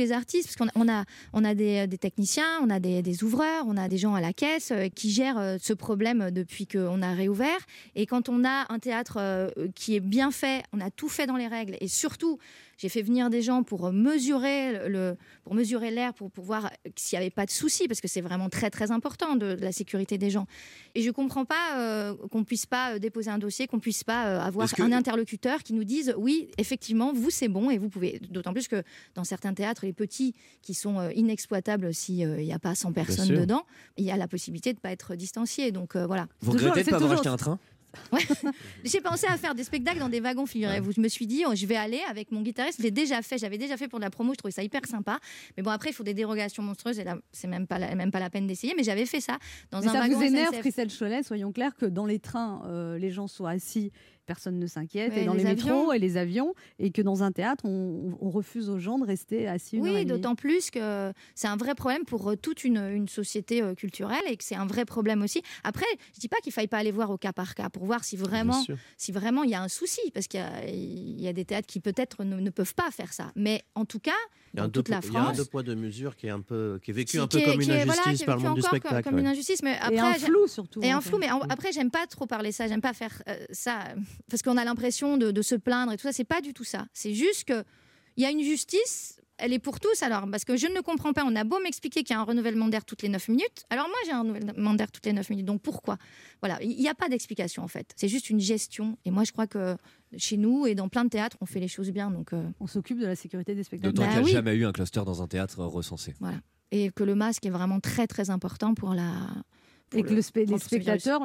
les artistes, parce qu'on a des techniciens, on a des ouvreurs, on a des gens à la caisse qui gèrent ce problème depuis qu'on a réouvert. Et quand on a un théâtre qui est bien fait, on a tout fait dans les règles. Et surtout, j'ai fait venir des gens pour mesurer l'air, pour voir s'il n'y avait pas de soucis, parce que c'est vraiment très très important de la sécurité des gens. Et je ne comprends pas qu'on ne puisse pas déposer un dossier, qu'on ne puisse pas avoir un interlocuteur qui nous dise oui, effectivement, vous c'est bon et vous pouvez. D'autant plus que dans certains théâtres, les petits qui sont inexploitables s'il n'y a pas 100 personnes dedans, il y a la possibilité de ne pas être distancié. Donc voilà. Vous regrettez de ne pas avoir acheté un train ? Ouais. J'ai pensé à faire des spectacles dans des wagons, figurez-vous. Je me suis dit, je vais aller avec mon guitariste. J'avais déjà fait pour de la promo, je trouvais ça hyper sympa. Mais bon, après, il faut des dérogations monstrueuses et là, c'est même pas la peine d'essayer. Mais j'avais fait ça dans un wagon. Ça vous énerve, SNCF. Christelle Cholet, soyons clairs, que dans les trains, les gens soient assis, personne ne s'inquiète, Ouais, et dans les avions. métros et les avions, et que dans un théâtre, on refuse aux gens de rester assis une heure et Oui, demie. d'autant plus que c'est un vrai problème pour toute une société culturelle et que c'est un vrai problème aussi. Après, je dis pas qu'il faille pas aller voir au cas par cas pour voir si vraiment il y a un souci, parce qu'il y a des théâtres qui peut-être ne peuvent pas faire ça. Mais en tout cas, dans toute la France, il y a un deux poids deux mesures qui est vécu un peu qui est- comme qui une est- injustice voilà, qui est par le vécu monde du encore spectacle. comme une injustice, mais après, Et un flou surtout. Et en un fait. flou, mais après, j'aime pas trop parler ça, j'aime pas faire ça, parce qu'on a l'impression de se plaindre et tout ça, c'est pas du tout ça. C'est juste qu'il y a une justice, elle est pour tous, alors, parce que je ne comprends pas, on a beau m'expliquer qu'il y a un renouvellement d'air toutes les 9 minutes, alors moi j'ai un renouvellement d'air toutes les 9 minutes, donc pourquoi ? Voilà, il n'y a pas d'explication en fait, c'est juste une gestion, et moi je crois que chez nous et dans plein de théâtres, on fait les choses bien, donc... On s'occupe de la sécurité des spectateurs. D'autant qu'il n'y a jamais eu un cluster dans un théâtre recensé. Voilà. Et que le masque est vraiment très très important pour la... Et que les contre ce virus. spectateurs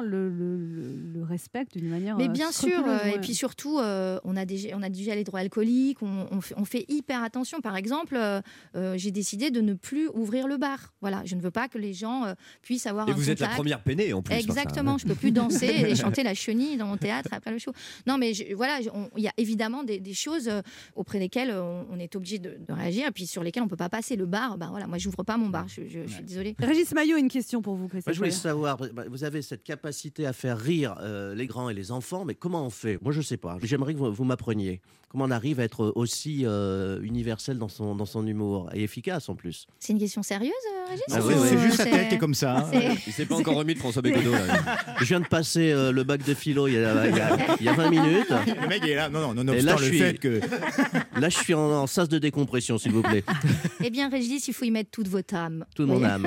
le respectent d'une manière Mais bien sûr, scrupuleuse, et ouais. puis surtout, on a déjà les droits alcooliques, on fait hyper attention. Par exemple, j'ai décidé de ne plus ouvrir le bar. Voilà, je ne veux pas que les gens puissent avoir Et un vous êtes la contact. première peinée en plus. Exactement, je ne peux plus danser et chanter la chenille dans mon théâtre après le show. Non, mais voilà, il y a évidemment des choses auprès desquelles on est obligé de réagir et puis sur lesquelles on ne peut pas passer. Le bar, ben voilà, moi je n'ouvre pas mon bar, je suis désolée. Régis Maillot, une question pour vous, Christelle. Moi, je voulais savoir, vous avez cette capacité à faire rire les grands et les enfants, mais comment on fait ? Moi, je ne sais pas. J'aimerais que vous m'appreniez. Comment on arrive à être aussi universel dans son humour et efficace en plus ? C'est une question sérieuse, Régis C'est juste sa tête qui est comme ça. Hein. Il s'est pas encore remis de François Bégodeau. Je viens de passer le bac de philo il y a 20 minutes. Le mec il est là. Non, Et là, le fait que... Là, je suis en sas de décompression, s'il vous plaît. Eh bien, Régis, il faut y mettre toute votre âme. Toute mon Oui. âme.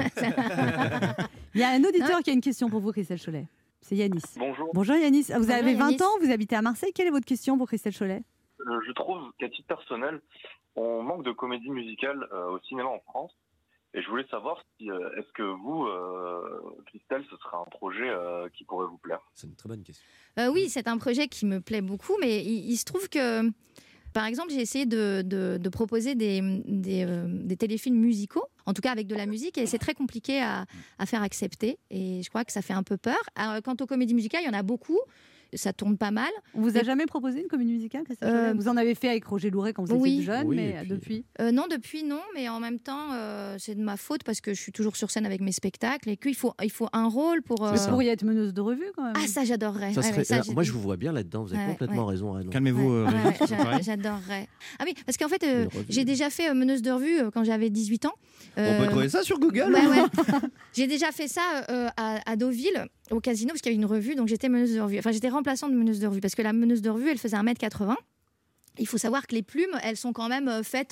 Il y a un auditeur qui a une question pour vous, Christelle Cholet. C'est Yanis. Bonjour. Bonjour Yanis. Vous Bonjour, avez 20 Yanis. ans, vous habitez à Marseille. Quelle est votre question pour Christelle Cholet ? Je trouve qu'à titre personnel, on manque de comédie musicale au cinéma en France. Et je voulais savoir si, est-ce que vous, Christelle, ce serait un projet qui pourrait vous plaire ? C'est une très bonne question. Oui, c'est un projet qui me plaît beaucoup, mais il se trouve que, par exemple, j'ai essayé de proposer des téléfilms musicaux, en tout cas avec de la musique, et c'est très compliqué à faire accepter, et je crois que ça fait un peu peur. Alors, quant aux comédies musicales, il y en a beaucoup, ça tourne pas mal. On vous a jamais proposé une comédie musicale, Christelle Cholet ? Vous en avez fait avec Roger Louret quand vous étiez jeune, Oui, mais et puis- depuis Non, depuis non, mais en même temps, c'est de ma faute parce que je suis toujours sur scène avec mes spectacles et qu'il faut un rôle pour... Vous pourriez être meneuse de revue quand même. Ah, ça j'adorerais. Ça Ouais, serait- ouais, ça, moi, j'ai- je vous vois bien là-dedans. Vous avez Ouais, complètement ouais. raison. Renaud. Calmez-vous, Ouais, Régis, ouais, c'est pareil. j'adorerais. Ah oui, parce qu'en fait, Les revues. j'ai déjà fait meneuse de revue quand j'avais 18 ans. On peut trouver ça sur Google. Ouais, ouais. J'ai déjà fait ça à Deauville, au casino, parce qu'il y avait une revue, donc j'étais meneuse de revue. Enfin, j'étais remplaçante de meneuse de revue, parce que la meneuse de revue, elle faisait 1m80. Il faut savoir que les plumes, elles sont quand même faites...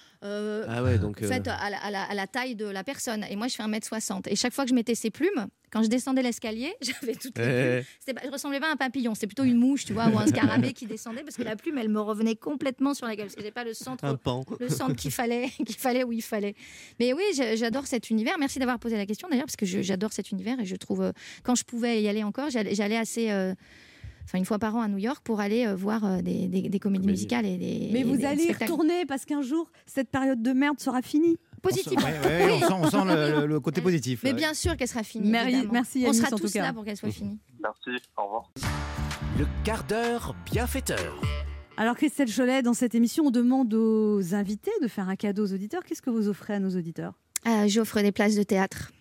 Ah ouais, donc, faites à la taille de la personne. Et moi, je fais 1m60. Et chaque fois que je mettais ces plumes, quand je descendais l'escalier, j'avais toutes les plumes. Je ressemblais pas à un papillon, c'était plutôt une mouche, tu vois, ou un scarabée qui descendait, parce que la plume, elle me revenait complètement sur la gueule, parce que j'ai pas le centre qu'il fallait où il fallait. Mais oui, j'adore cet univers. Merci d'avoir posé la question d'ailleurs, parce que j'adore cet univers et je trouve, quand je pouvais y aller encore, j'allais assez... Enfin, une fois par an à New York pour aller voir des comédies musicales et des. Mais vous des allez y spectacles. retourner parce qu'un jour, cette période de merde sera finie. Positivement. Ouais, on sent le côté positif. Mais là. bien sûr qu'elle sera finie. Merci évidemment. Yanis, On sera en tout tous cas. là pour qu'elle soit finie. Merci, au revoir. Le quart d'heure bienfaiteur. Alors Christelle Cholet, dans cette émission, on demande aux invités de faire un cadeau aux auditeurs. Qu'est-ce que vous offrez à nos auditeurs ? J'offre des places de théâtre.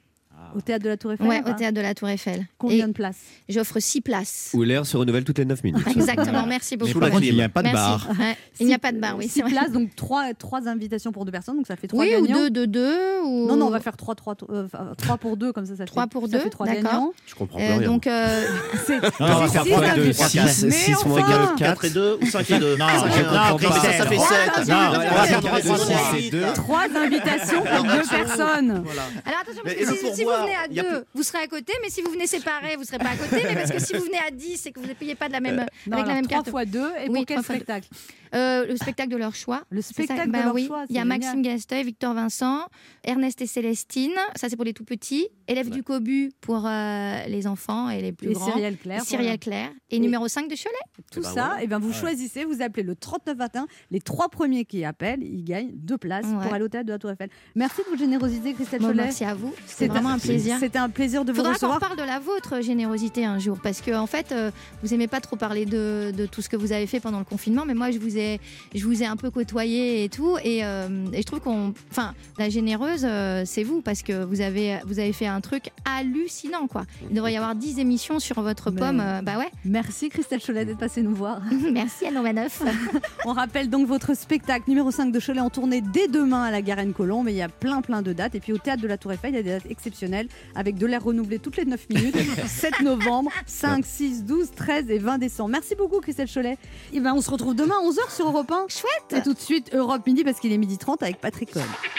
Au théâtre de la Tour Eiffel. Ouais, au théâtre de la Tour Eiffel. Combien de places? J'offre 6 places. Où l'air se renouvelle toutes les 9 minutes. Exactement, merci beaucoup. Mais par contre, il n'y a pas de Merci. bar. Ouais, il n'y a pas de bar, oui. 6 places, donc 3 invitations pour 2 personnes, donc ça fait 3 Oui, gagnants. ou 2 ou... Non, on va faire 3 pour 2, comme ça 3 pour ça 2, fait 3 d'accord. gagnants. Je comprends plus rien. Donc, c'est on va faire 3 et 2. 6 moins 4, 4 et 2 ou 5 et 2 Non, ça fait 7. Non, on va faire 3 et 2. 3 invitations pour 2 personnes. Alors attention, parce Et que le si vous pourboire, venez à il y a 2, vous serez à côté, mais si vous venez séparés, vous ne serez pas à côté. Mais parce que si vous venez à 10 et que vous ne payez pas de la même, avec la même 3 carte. fois 2, et Oui, pour quel 3 fois 2. spectacle? Le spectacle de leur choix. Le C'est ça. spectacle Ben de leur oui. choix, Il y a c'est Maxime génial. Gasteuil, Victor Vincent, Ernest et Célestine. Ça, c'est pour les tout petits. Élèves du Cobu pour les enfants et les plus Et grands. Cyrielle Claire, Cyrielle Claire. Et numéro 5 de Cholet. Tout ça, et ben vous choisissez, vous appelez le 3921. Les 3 premiers qui appellent, ils gagnent 2 places pour aller au théâtre de la Tour Eiffel. Merci de votre générosité, Christelle Bon, Cholet. merci à vous. C'est vraiment un plaisir. C'était un plaisir de vous Faudra qu'on recevoir. parle de la vôtre générosité un jour, parce que en fait, vous aimez pas trop parler de tout ce que vous avez fait pendant le confinement, mais moi je vous ai un peu côtoyé et tout, et je trouve la généreuse, c'est vous, parce que vous avez fait un truc hallucinant, quoi. Il devrait y avoir 10 émissions sur votre pomme, bah ouais. Merci Christelle Cholet d'être passée nous voir. Merci Anne Romanoff. On rappelle donc votre spectacle numéro 5 de Cholet en tournée dès demain à la Garenne-Colombe, mais il y a plein de dates, et puis au théâtre de la Tour Eiffel, il y a des dates exceptionnelles avec de l'air renouvelé toutes les 9 minutes. 7 novembre, 5, 6, 12, 13 et 20 décembre. Merci beaucoup Christelle Cholet. Et ben on se retrouve demain à 11h sur Europe 1. Chouette. Et tout de suite Europe Midi, parce qu'il est 12h30 avec Patrick Cohen.